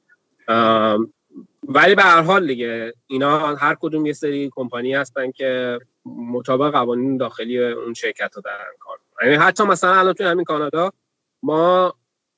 ولی به هر حال دیگه اینا هر کدوم یه سری کمپانی هستن که مطابق قوانین داخلی اون شرکت رو دارن کار میکنن. یعنی حتی مثلا الان توی همین کانادا ما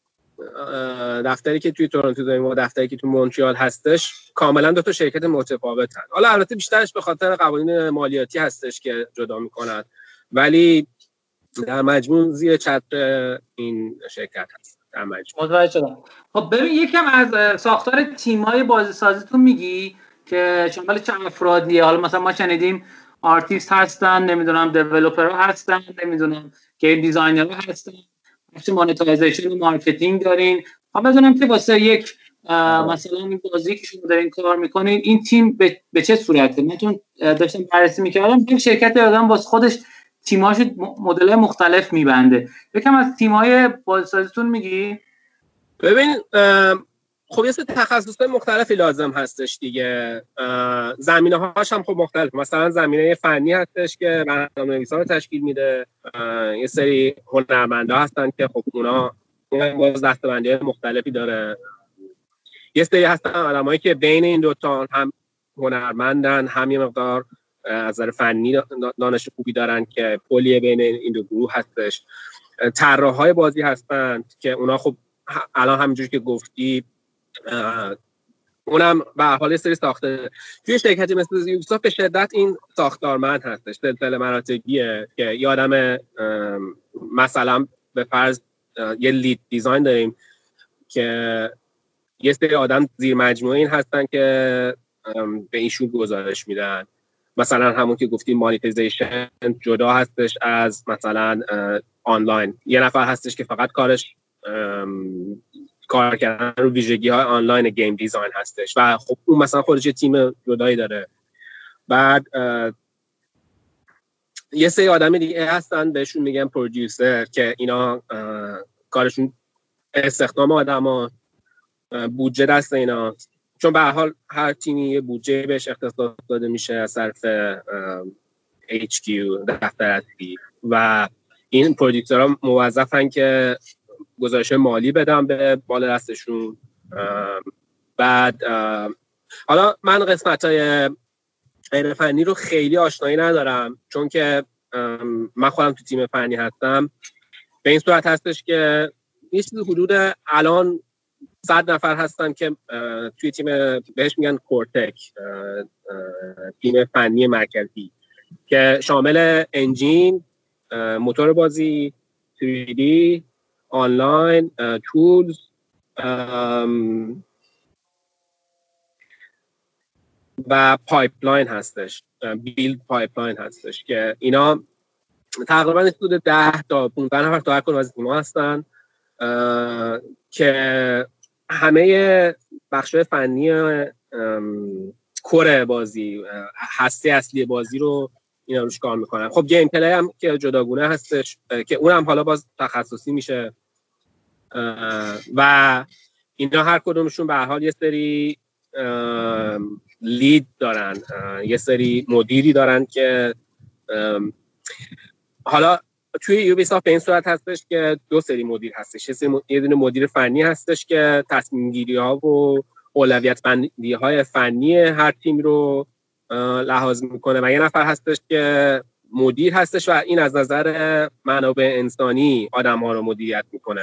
دفتری که توی تورنتو داریم و دفتری که توی مونترال هستش کاملا دو تا شرکت متفاوتن. حالا البته بیشترش به خاطر قوانین مالیاتی هستش که جدا میکنن، ولی در مجموع زیر چتر این شرکت هست. در مجموع متوجه شدم. خب ببین یکم از ساختار تیم‌های بازیسازیتون میگی که شامل چند افرادیه؟ حالا مثلا ما شنیدیم آرتیست هستن، نمیدونم دیولپرها هستن، نمیدونم گیم دیزاینرها هستن، بخش مانیتایزیشن و مارکتینگ دارین. خب بدونم که واسه یک مثلا این بازی که شما دارین کار میکنین این تیم به, به چه صورته؟ من چون داشتم بررسی میکردم یک شرکت آدم واسه خودش تیم‌هاش مدل‌های مختلف میبنده. یکم از تیم‌های بازیسازیتون میگی؟ ببین خب یه سری تخصص‌های مختلفی لازم هستش دیگه. زمینه‌هاش هم خب مختلف. مثلا زمینه فنی هستش که برنامه‌نویسا رو تشکیل میده. یه سری هنرمندا هستن که خب اونا باز دسته‌بندی‌های مختلفی داره. یه سری هستن آدمایی که بین این دو تا هم هنرمندن هم یه مقدار از نظر فنی دانش خوبی دارن که پلیه بین این دو گروه هستش. طراحای بازی هستن که اونا خب الان همینجوری که گفتی اونم به هر حال سری ساخته توی شرکتی مثل یوبیسافت به شدت این ساختارمند هستش. سلسله مراتبیه که یه آدم مثلا به فرض یه لید دیزاین داریم که یه سری آدم زیر مجموعه این هستن که به ایشون گزارش میدن. مثلا همون که گفتیم مانیتایزیشن جدا هستش از مثلا آنلاین. یه نفر هستش که فقط کارش کار کردن رو ویژگی های آنلاین گیم دیزاین هستش و خب اون مثلا خودش یه تیم جدایی داره. بعد یه سری آدم دیگه هستن بهشون میگن پرودیوسر که اینا کارشون استخدام آدما، بودجه دست اینا، چون به هر حال هر تیمی یه بودجه بهش اختصاص داده میشه از طرف اچ کیو دفتر اصلی و این پرودیوسرها موظفن که گزارش مالی بدن به بالا دستشون. بعد حالا من قسمت‌های غیر فنی رو خیلی آشنایی ندارم چون که من خودم تو تیم فنی هستم. به این صورت هستش که یه چیزی حدود الان صد نفر هستن که توی تیم بهش میگن کورتک، تیم فنی مرکزی که شامل انجین، موتور بازی، تری دی، آنلاین، تولز و پایپلاین هستش، بیلد پایپلاین هستش که اینا تقریبا حدود ده تا پانزده نفر تا هر کدوم از تیم‌ها هستن که همه بخش‌های فنی کور بازی، هسته اصلی بازی رو اینا روش کار میکنن. خب گیم پلی هم که جداگونه هستش که اونم حالا باز تخصصی میشه و اینا هر کدومشون به هر حال یه سری لید دارن، یه سری مدیری دارن که حالا توی یوبیسافت به این صورت هستش که دو سری مدیر هستش. یه دونه مدیر فنی هستش که تصمیم گیری ها و اولویت بندی های فنی هر تیم رو لحاظ میکنه و یه نفر هستش که مدیر هستش و این از نظر منابع انسانی آدم ها رو مدیریت میکنه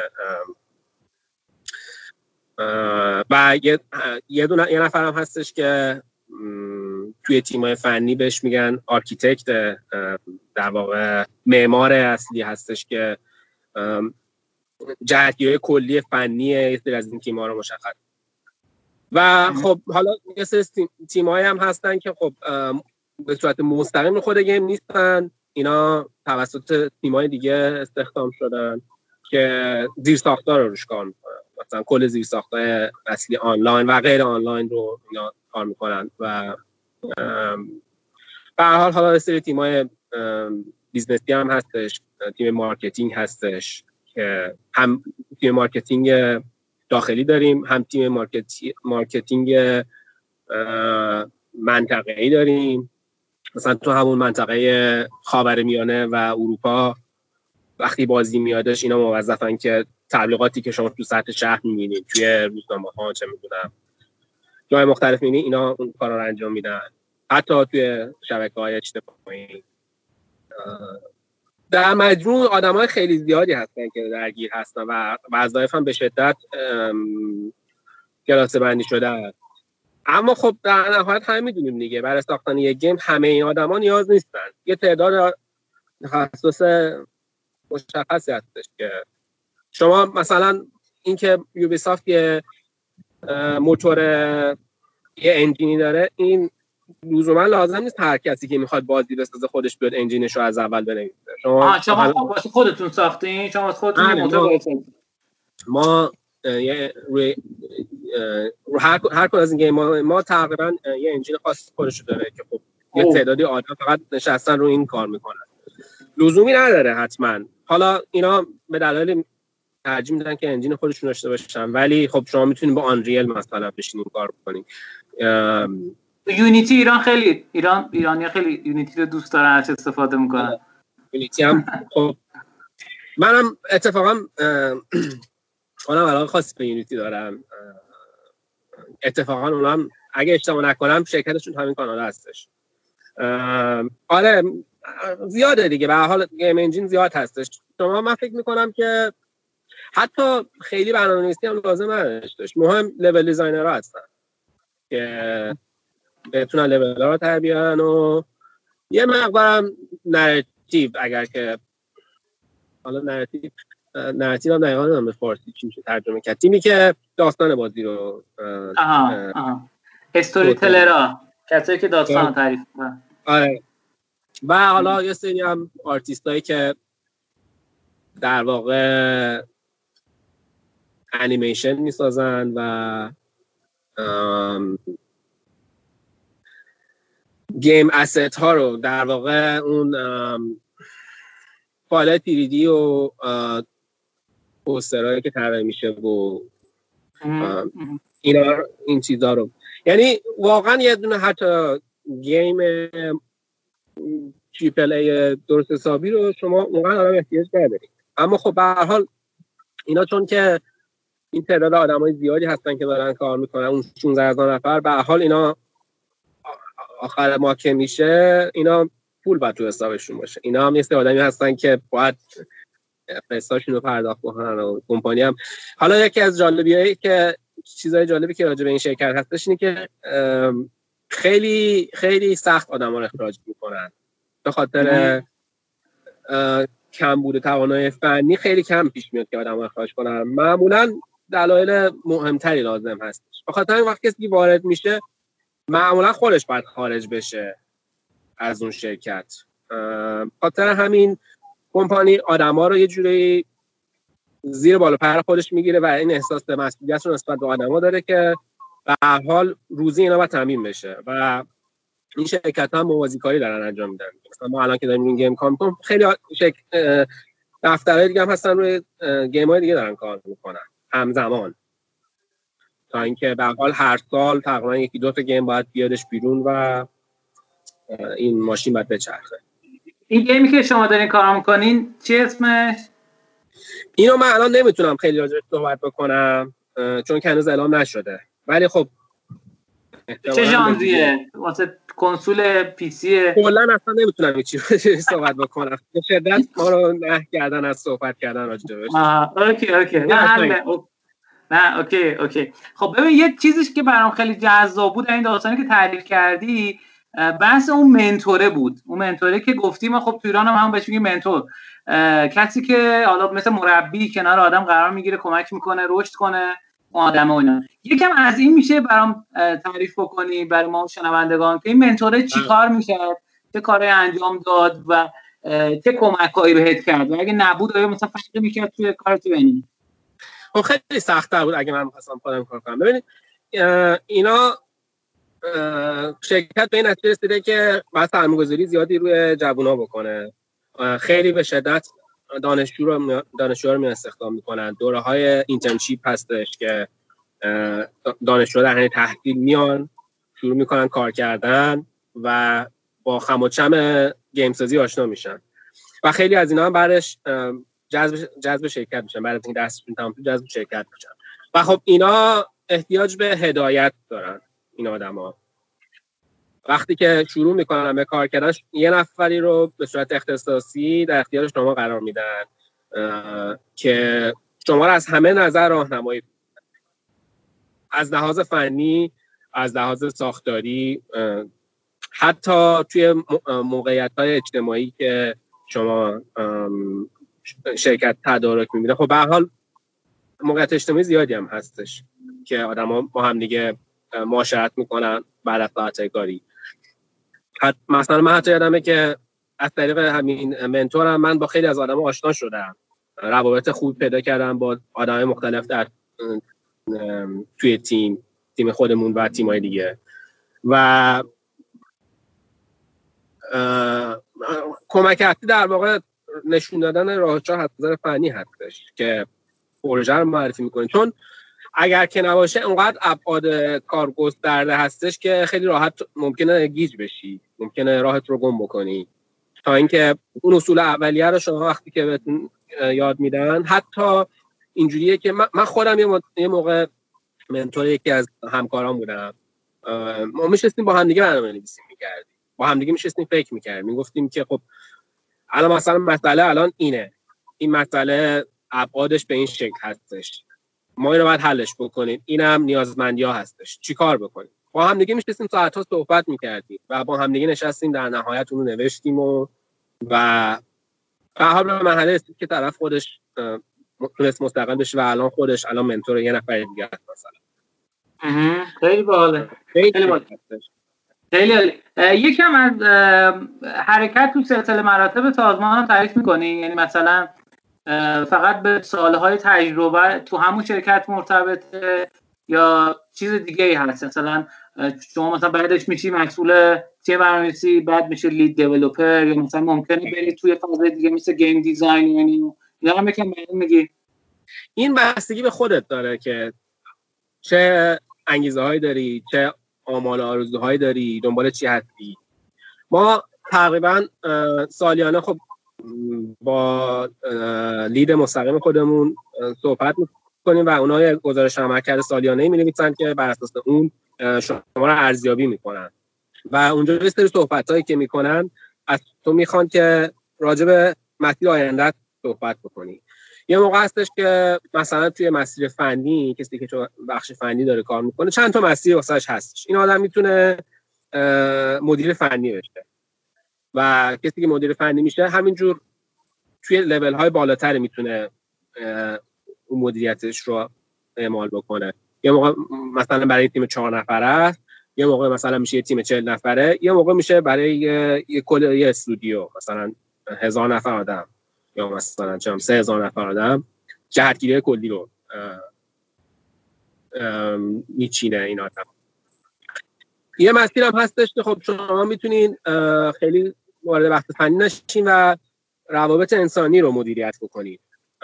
و یه یه دونه یه نفر هم هستش که توی تیم‌های فنی بهش میگن آرکیتکت، در واقع معمار اصلی هستش که جهتگیری کلی فنی یه سری از این تیم‌ها رو مشخص. و خب حالا یه سری تیم‌هایی هم هستن که خب به صورت مستقیم خود گیم نیستن، اینا توسط تیم‌های دیگه استخدام شدن که زیر ساختار رو روش کار میکنن، مثلا کل زیر ساختار اصلی آنلاین و غیر آنلاین رو اینا کار میکنن و به هر حال حالا سری تیم‌های بیزنسی هم هستش، تیم مارکتینگ هستش که هم تیم مارکتینگ داخلی داریم، هم تیم مارکتینگ منطقه‌ای داریم. مثلا تو همون منطقه خاورمیانه و اروپا وقتی بازی میادش اینا موظفن که تبلیغاتی که شما تو سطح شهر می‌بینید توی روزنامه‌ها چه می‌دونم جای مختلف می‌بینید، اینا اون کارا رو انجام میدن. حتی توی شبکه‌های اجتماعی در مجموع آدم‌های خیلی زیادی هستن که درگیر هستن و وظایف هم به شدت کلاسه بندی شده است. اما خب در نهایت هم می‌دونیم دیگه برای ساختن یک گیم همه این آدما نیاز نیستن. یه تعداد تخصص مشخصی هستش که شما مثلا اینکه یوبیسافت یه موتور یه انجینی داره، این لزوما لازم نیست هر کسی که میخواد بازی بسازه خودش بیاد انجینش رو از اول بنویسه. شما شما واسه خودتون ساختین؟ شما واسه خودتون یه موتور گذاشتین؟ ما یه روی هر هر کدوم از این گیم ما, ما تقریبا یه انجین خاص خودش داره که خب یه تعدادی آدم فقط نشستن رو این کار میکنن. لزومی نداره حتما. حالا اینا به دلایل ترجیح میدن که انجین خودشون داشته باشن، ولی خب شما میتونید با آنریل مثلا بشینید کار بکنید. یونیتی ایران خیلی ایران ایرانی خیلی یونیتی رو دوست دارن، از استفاده میکنن. یونیتی هم خب منم اتفاقا خودم علاقه خاصی به یونیتی دارم. اتفاقا اونم اگه اشتباه نکنم شرکتشون همین کانال هستش. آره زیاده دیگه، به هر حال گیم انجین زیاد هستش. شما من فکر میکنم که حتی خیلی برنامه‌نویسی هم لازم نداشتش، مهم لول دیزاینرها هستن که بتونن لول ها رو تربیان و یه مقدارم نراتیو، اگر که حالا نراتیو نراتیو هم دقیقا نمیدونم به فارسی چی میشه ترجمه کرد، تیمی که داستان بازی رو آها آها استوری تلرها، کسایی که داستان رو تعریف میکنن. آره و حالا یه سری هم آرتیستایی که در واقع انیمیشن میسازن و گیم اسست ها رو در واقع اون فایل تری دی و پوسترهایی که طراحی میشه و اینا این چیزا رو، یعنی واقعا یه دونه حتی گیم تریپل ای درست حسابی رو شما اونقدر آدم احتیاج ندارید. اما خب به هر حال اینا چون که این تعداد آدمای زیادی هستن که دارن کار میکنن، اون شانزده هزار نفر، به هر حال اینا آخر ماه که میشه اینا پول باید تو حسابشون باشه. اینا هم یه سری آدمی هستن که باید قسطاشون رو پرداخت کنن و کمپانی هم. حالا یکی از جالبیایی که چیزای جالبی که راجع به این شرکت هستش اینه که خیلی خیلی سخت آدما رو اخراج میکنن به خاطر کم بوده توانایی فنی. خیلی کم پیش میاد که آدما اخراج کنن، معمولا دلایل مهمتری لازم هستش. به خاطر این وقت کسی وارد میشه معمولا خودش باید خارج بشه از اون شرکت. خاطر همین کمپانی آدما رو یه جوری زیر بالا پر خودش میگیره و این احساس مسئولیت رو نسبت به آدما داره که به هر حال روزی اینا باید تامین بشه و این شرکت ها موازی کاری دارن انجام میدن. مثلا ما الان که داریم این گیم کار میکنیم، خیلی شرکت دفترهای دیگه هم هستن روی گیم های دیگه دارن کار میکنن همزمان، تا اینکه به هر حال هر سال تقریبا یکی دو تا گیم باید بیادش بیرون و این ماشین باید بچرخه. این گیمی که شما دارین کار میکنین چی اسمش؟ اینو من الان نمیتونم خیلی راجعش صحبت بکنم چون که هنوز اعلام نشده، ولی خب چه ژانریه؟ واسه کنسول پی سی؟ کلا اصلا نمیتونم هیچ چیزی صحبت بکنم. به شدت ما رو نه کردن از صحبت کردن راجعش. آها اوکی اوکی نه نه اوکی اوکی. خب ببین یه چیزیش که برام خیلی جذاب بود این داستانی که تعریف کردی، بحث اون منتوره بود. اون منتوره که گفتیم خب تو ایران هم همون بهش میگیم منتور، کسی که حالا مثل مربی کنار آدم قرار میگیره، کمک میکنه رشد کنه آدم و اینا. یکم از این میشه برام تعریف بکنی برای ما شنوندگان که این منتوره چی کار میشه، چه کاری انجام داد و چه کمکایی بهت کرد و اگه نبود آیا مثلا فرقی میکرد توی کار تو بینی؟ خب خیلی سخت‌تر بود اگه من می‌خواستم خودم کار کنم. ببینید اینا شرکت به این نتیجه رسیده که باید سرمایه‌گذاری زیادی روی جوونا بکنه. خیلی به شدت دانشجو رو دانشجوها رو می استخدام میکنن. دوره‌های اینترنشیپ هستش که دانشجو در حین تحصیل میان شروع میکنن کار کردن و با خم و چم گیم سازی آشنا میشن و خیلی از اینا هم بعدش جذب جذب شرکت میشن، بعد از اینکه دستشون تمام شد جذب شرکت میشن. و خب اینا احتیاج به هدایت دارن. این آدما وقتی که شروع میکنن به کار کردن یه نفری رو به صورت اختصاصی در اختیار شما قرار میدن که شما رو از همه نظر راهنمایی، از لحاظ فنی، از لحاظ ساختاری، حتی توی موقعیت‌های اجتماعی که شما شرکت تدارک می‌بینه. خب به هر حال موقعیت اجتماعی زیادی هم هستش که آدم‌ها با هم دیگه معاشرت میکنن بعد از ساعت کاری. مثلا من حتی یادمه که از طریق همین منتورم من با خیلی از آدم‌ها آشنا شدم، روابط خوب پیدا کردم با آدم‌های مختلف در توی تیم تیم خودمون و تیم‌های دیگه و کمک هستی در واقع نشون دادن راهچاه از نظر فنی هستش که پروژه رو معرفی میکنه، چون اگر که نباشه اونقدر ابعاد کار گسترده هستش که خیلی راحت ممکنه گیج بشی، ممکنه راحت رو گم بکنی. تا اینکه اون اصول اولیه رو شما وقتی که بهتون یاد میدن، حتی اینجوریه که من خودم یه موقع منتور یکی از همکاران بودم، ما میشستیم با هم دیگه برنامه‌نویسی می‌کردیم، با هم دیگه میشستیم فکر می‌کردیم، میگفتیم که خب الان مثلا مسئله الان اینه، این مسئله ابعادش به این شکل هستش، ما اینو باید حلش بکنیم، اینم نیازمندی‌ها هستش، چیکار بکنیم؟ با هم دیگه میشستیم ساعت‌ها صحبت می‌کردیم و با هم دیگه نشستیم در نهایت اون رو نوشتیم و و به حال به مرحله رسید که طرف خودش تونست مستقل بشه و الان خودش الان منتور یه نفر دیگه است مثلا. خیلی باحاله. خیلی باحال. خیلی عالی. یکم از حرکت تو سلسله مراتب سازمان رو تعریف می‌کنی؟ یعنی مثلا فقط به سالهای تجربه تو همون شرکت مرتبطه یا چیز دیگه ای هست؟ مثلا شما مثلا بعدش میشی مسئول تیم برنامه‌نویسی، بعد میشه لید دیولپر، یا مثلا ممکنه بری توی فاز دیگه مثل گیم دیزاین. یعنی اینا هم یکم بهتون میگی. این بستگی به خودت داره که چه انگیزه هایی داری، چه آمال و آرزوهایی داری، دنبال چی هستی. ما تقریبا سالیانه خب با لید مستقیم خودمون صحبت میکنیم و اونا یه گزارش عملکرد سالیانه‌ای می‌نویسن که بر اساس اون شما رو ارزیابی میکنن و اونجا یه سری صحبتایی که میکنن از تو میخوان که راجع به مسیر آینده صحبت بکنی. یه موقع هستش که مثلا توی مسیر فنی کسی که تو بخش فنی داره کار میکنه چند تا مسیر واسش هستش. این آدم میتونه مدیر فنی بشه و کسی که مدیر فنی میشه همینجور توی لول های بالاتر میتونه اون مدیریتش رو اعمال بکنه. یه موقع مثلا برای تیم چهار نفره است، یه موقع مثلا میشه یه تیم چهل نفره، یه موقع میشه برای یه کل یه استودیو مثلا هزار نفر آدم یا مثلا چم سه هزار نفر آدم جهتگیری کلی رو میچینه این آدم. یه مسیر هم هستش که خب شما میتونین خیلی وارد بحث فنی نشین و روابط انسانی رو مدیریت بکنید.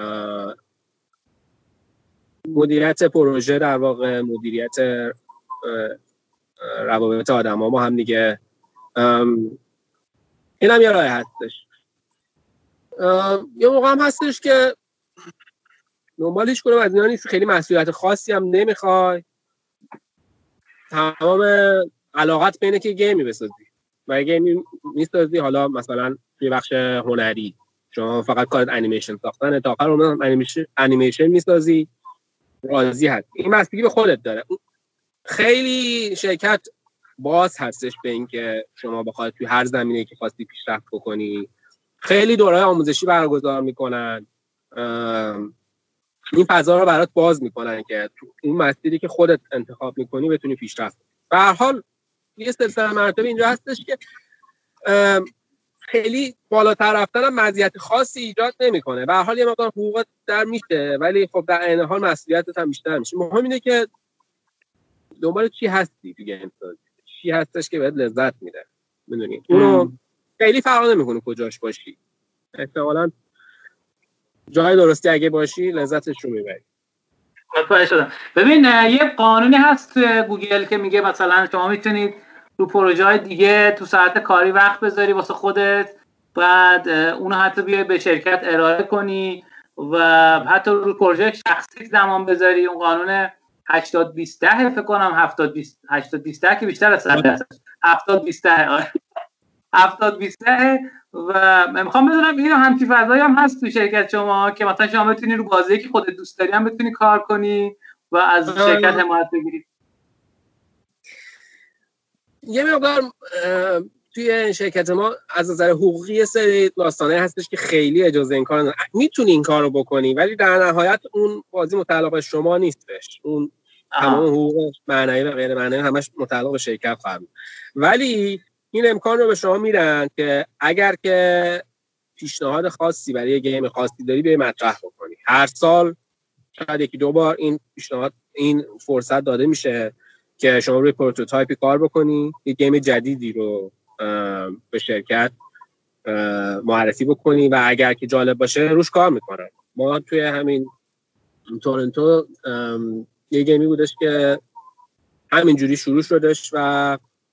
مدیریت پروژه در واقع، مدیریت روابط آدم‌ها با هم دیگه. این هم یه راه هستش. یه موقع هم هستش که دنبال هیچ کنم از اینا نیست، خیلی مسئولیت خاصی هم نمیخوای، تمام علاقت بینه که گیمی بسازی و گیمی میسازی. حالا مثلا توی بخش هنری شما فقط کارت انیمیشن ساختن، تا آخر اون انیمیشن انیمیشن میسازی، راضی هست. این بستگی به خودت داره. خیلی شرکت باز هستش به این که شما بخواید توی هر زمینه‌ای که خواستی پیشرفت بکنی. خیلی دوره‌های آموزشی برگزار میکنن، این فضا رو برات باز میکنن که تو اون مسیری که خودت انتخاب میکنی بتونی پیشرفت کنی. به هر حال یه سلسله مراتب اینجا هستش که خیلی بالاتر رفتن هم مزیت خاصی ایجاد نمیکنه. به هر حال یه مقدار حقوقت در میشه، ولی خب در عین حال مسئولیتت هم بیشتر میشه. مهم اینه که دنبال چی هستی دیگه، انسان چی هستش که بهت لذت میده، میدونی اونو خیلی فرق نمیکنه کجاش باشی، احتمالاً جای درستی اگه باشی لذتش رو میبری. متوجه شدم. ببین یه قانونی هست تو گوگل که میگه مثلا شما میتونید رو پروژه های دیگه تو ساعت کاری وقت بذاری واسه خودت، بعد اونو حتی بیای به شرکت ارائه کنی و حتی رو پروژه شخصی زمان بذاری. اون قانون هشتاد بیست ده فکر کنم هفتاد بیست هشتاد بیست ده که بیشتر از صد درصد هفتاد بیست ده هفتاد بیست ده و میخوام بدونم اینو همچین فضایی هم هست تو شرکت شما که مثلا شما بتونی رو بازی که خودت دوست داری هم بتونی کار کنی و از شرکت حمایت بگیری. یه مقدار توی شرکت ما از نظر حقوقی سری داستانه هستش که خیلی اجازه این کار نداره. میتونی این کارو بکنی ولی در نهایت اون بازی متعلق به شما نیستش. اون تمام حقوق معنوی و غیر معنوی همش متعلق به شرکت خواهد. ولی این امکان رو به شما میدن که اگر که پیشنهاد خاصی برای یه گیم خاصی داری به مطرح بکنی. هر سال شاید یکی دو بار این پیشنهاد این فرصت داده میشه که شما روی پروتوتایپی کار بکنی، یه گیم جدیدی رو به شرکت معرفی بکنی و اگر که جالب باشه روش کار میکنن. ما توی همین تورنتو یه گیمی بودش که همینجوری شروع شدش و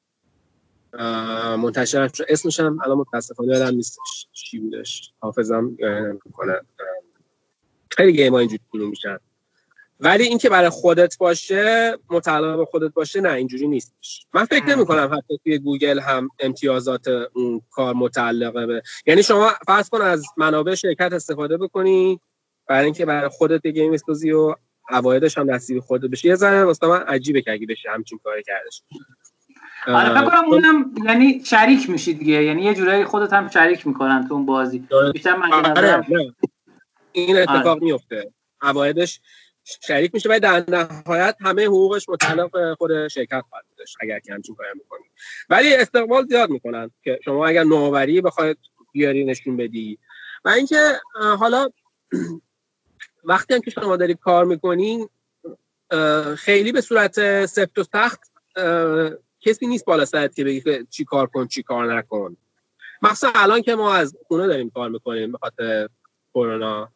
منتشر شد. اسمش هم الان متاسفانه یادم نیستش چی بودش، حافظم نمی‌کنه. خیلی گیم‌ها اینجوری شروع میشن، ولی این که برای خودت باشه، متعلق به خودت باشه، نه اینجوری نیستش. من فکر نمی‌کنم حتی توی گوگل هم امتیازات اون کار متعلقه به، یعنی شما فرض کن از منابع شرکت استفاده بکنی برای اینکه برای خودت یه گیم بسازی و عوایدش هم نصیب خودت بشه. یه ذره واسه من عجیبه که اگه بشه همچین کاری کردش. آره فکر کنم اونم یعنی شریک میشی دیگه، یعنی یه جورایی خودت هم شریک میکنن تو اون بازی. بیشتر من آره این اتفاق آره. میفته، عوایدش شریک میشه و در نهایت همه حقوقش متعلق به خود شرکت خواهد بودش اگر که همچین کاری میکنی. ولی استقبال زیاد میکنن که شما اگر نوآوری بخواید بیاری نشون بدی و اینکه حالا وقتی هم که شما داری کار میکنین خیلی به صورت سفت و سخت کسی نیست بالا سرت که بگی چی کار کن چی کار نکن. مثلا الان که ما از خونه داریم کار میکنیم به خاطر کرونا،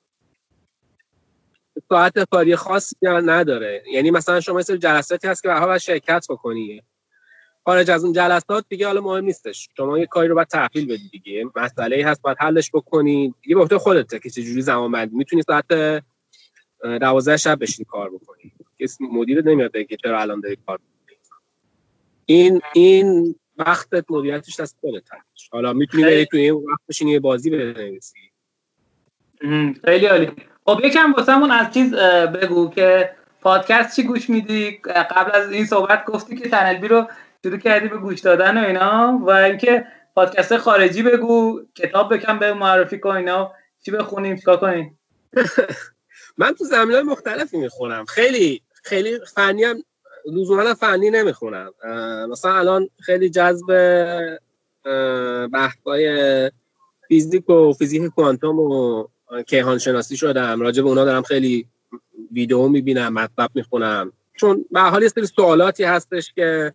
ساعت کاری خاصی نداره. یعنی مثلا شما مثل جلساتی هست که به هر حال شرکت بکنی، خارج از اون جلسات دیگه حالا مهم نیستش، شما یه کاری رو باید تحویل بدی دیگه، مسئله‌ای هست باید حلش بکنی دیگه، به عهده خودته که چه جوری زمان بندی. میتونی ساعت دوازده شب بشین کار بکنی، کسی مدیر نمیاد بگه چرا الان داری کار میکنی. این این وقتت مدیریتش دست خودت هست. حالا میتونی بری توی این وقت بشینی یه بازی بنویسی. خیلی عالی. خب یکم واسمون از چیز بگو که پادکست چی گوش میدی؟ قبل از این صحبت گفتی که چنل بی رو شروع کردی به گوش دادن و اینا، و اینکه پادکست خارجی بگو، کتاب بکن به معرفی کن اینا، چی بخونیم چیکار کنیم؟ من تو زمینه‌های مختلفی میخونم، خیلی خیلی فنی هم لزوما فنی نمیخونم. مثلا الان خیلی جذب بحث‌های فیزیک و فیزیک کوانتوم و کیهان شناسی شدم، راجع به اونا دارم خیلی ویدیو میبینم، مطلب میخونم، چون به هر حال یه سری سوالاتی هستش که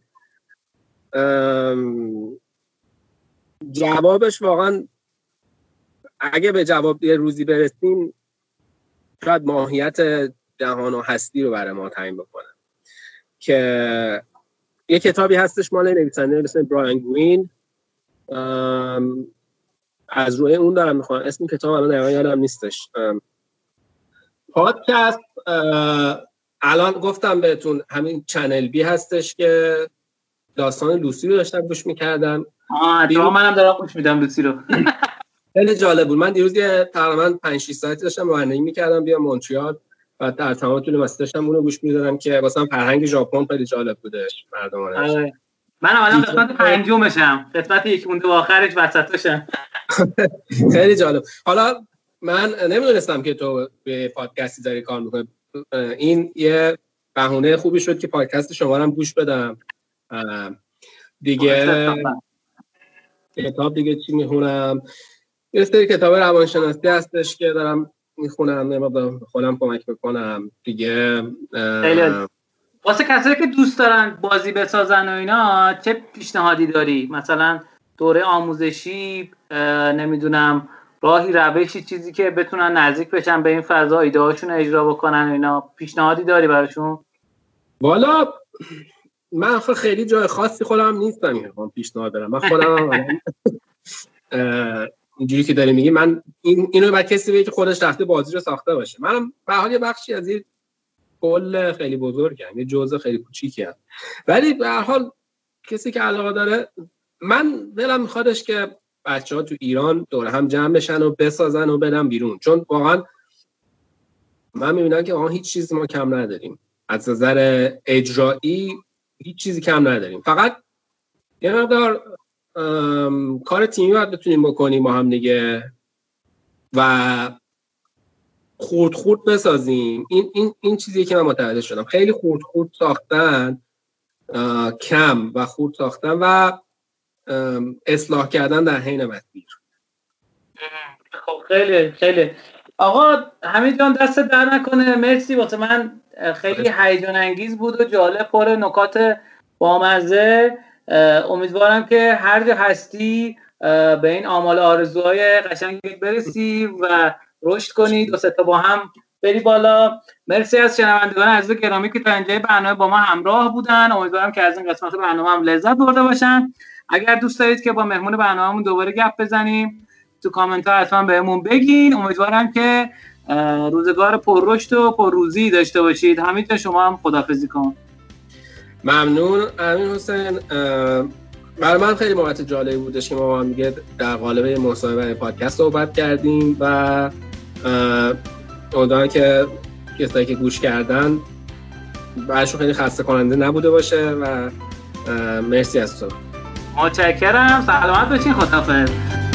جوابش واقعا اگه به جواب یه روزی برسیم شاید ماهیت جهان و هستی رو برای ما تعیین بکنه. که یه کتابی هستش مال نویسنده مثل برایان گرین، از روی اون دارم میخوام، اسم کتاب الان دقیقا یادم نیستش. پادکست الان گفتم بهتون همین چنل بی هستش که داستان لوسی رو داشتم گوش میکردم. آه دیروز منم دارم گوش میدم لوسی رو. خیلی جالب بود. من دیروز یه تقریبا پنج شش ساعتی داشتم رانندگی میکردم بیا مونتریال و در تمام طول مسیر داشتم اون رو گوش میدادم که واسه فرهنگ ژاپن خیلی جالب بودش مردمانش. منم الان قسمت پنجمشم، قسمت یک مونده و آخرش وسطشم. خیلی جالب. حالا من نمیدونستم که تو به پادکستی داری کار میکنی. این یه بهونه خوبی شد که پادکست شما رو هم گوش بدم. دیگه کتاب دیگه چی میخونم؟ یه سری کتاب روانشناسی هستش که دارم میخونم، نمیدونم خودم کمک بکنم دیگه. واسه کسایی که دوست دارن بازی بسازن و اینا چه پیشنهادی داری؟ مثلا دوره آموزشی، نمیدونم راهی روشی، چیزی که بتونن نزدیک بشن به این فضا، ایده هاشون اجرا بکنن و اینا، پیشنهادی داری براشون؟ والا من خیلی جای خاصی خودم نیستم میخوام پیشنهاد بدم. من خودم اینجوری که داری میگی، من این اینو بعد کسی بگه که خودش رفته بازی رو ساخته باشه. منم به حال یه بخشی از این کل خیلی بزرگم، یه جزء خیلی کوچیکیم، ولی به هر حال کسی که علاقه داره، من دلم میخوادش که بچه‌ها تو ایران دور هم جمع بشن و بسازن و بدن بیرون، چون واقعا من میبینم که واقعا هیچ چیزی ما کم نداریم از نظر اجرایی، هیچ چیزی کم نداریم. فقط یه مقدار کار تیمی باید بتونیم بکنیم با هم دیگه و خورد خورد بسازیم. این این این چیزیه که من متوجه شدم، خیلی خورد خورد ساختن کم و خورد ساختن و اصلاح کردن در حین مسیر. خب خیلی خیلی آقا حمید جان دست در نکنه، مرسی. واسه من خیلی هیجان انگیز بود و جالب، پر نکات بامزه. امیدوارم که هر جا هستی به این آمال آرزوهای قشنگت برسی و رشد کنید و سه تا با هم بری بالا. مرسی از شنوندگان عزیز گرامی که تا اینجای برنامه با ما همراه بودن. امیدوارم که از این قسمت برنامه هم لذت برده باشن. اگر دوست دارید که با مهمون برنامه‌مون دوباره گپ بزنیم، تو کامنت ها حتما بهمون بگین. امیدوارم که روزگار پر رشد و پر روزی داشته باشید. حمید شما هم خداحافظی کن. ممنون امین حسین. برای من خیلی موقعیت جالبی بودش که ما با هم دیگه در قالب مصاحبه پادکست صحبت کردیم و امیدوارم که کسایی که گوش کردن براشون خیلی خسته کننده نبوده باشه و مرسی از تو. متشکرم. سلامت باشین. خداحافظ.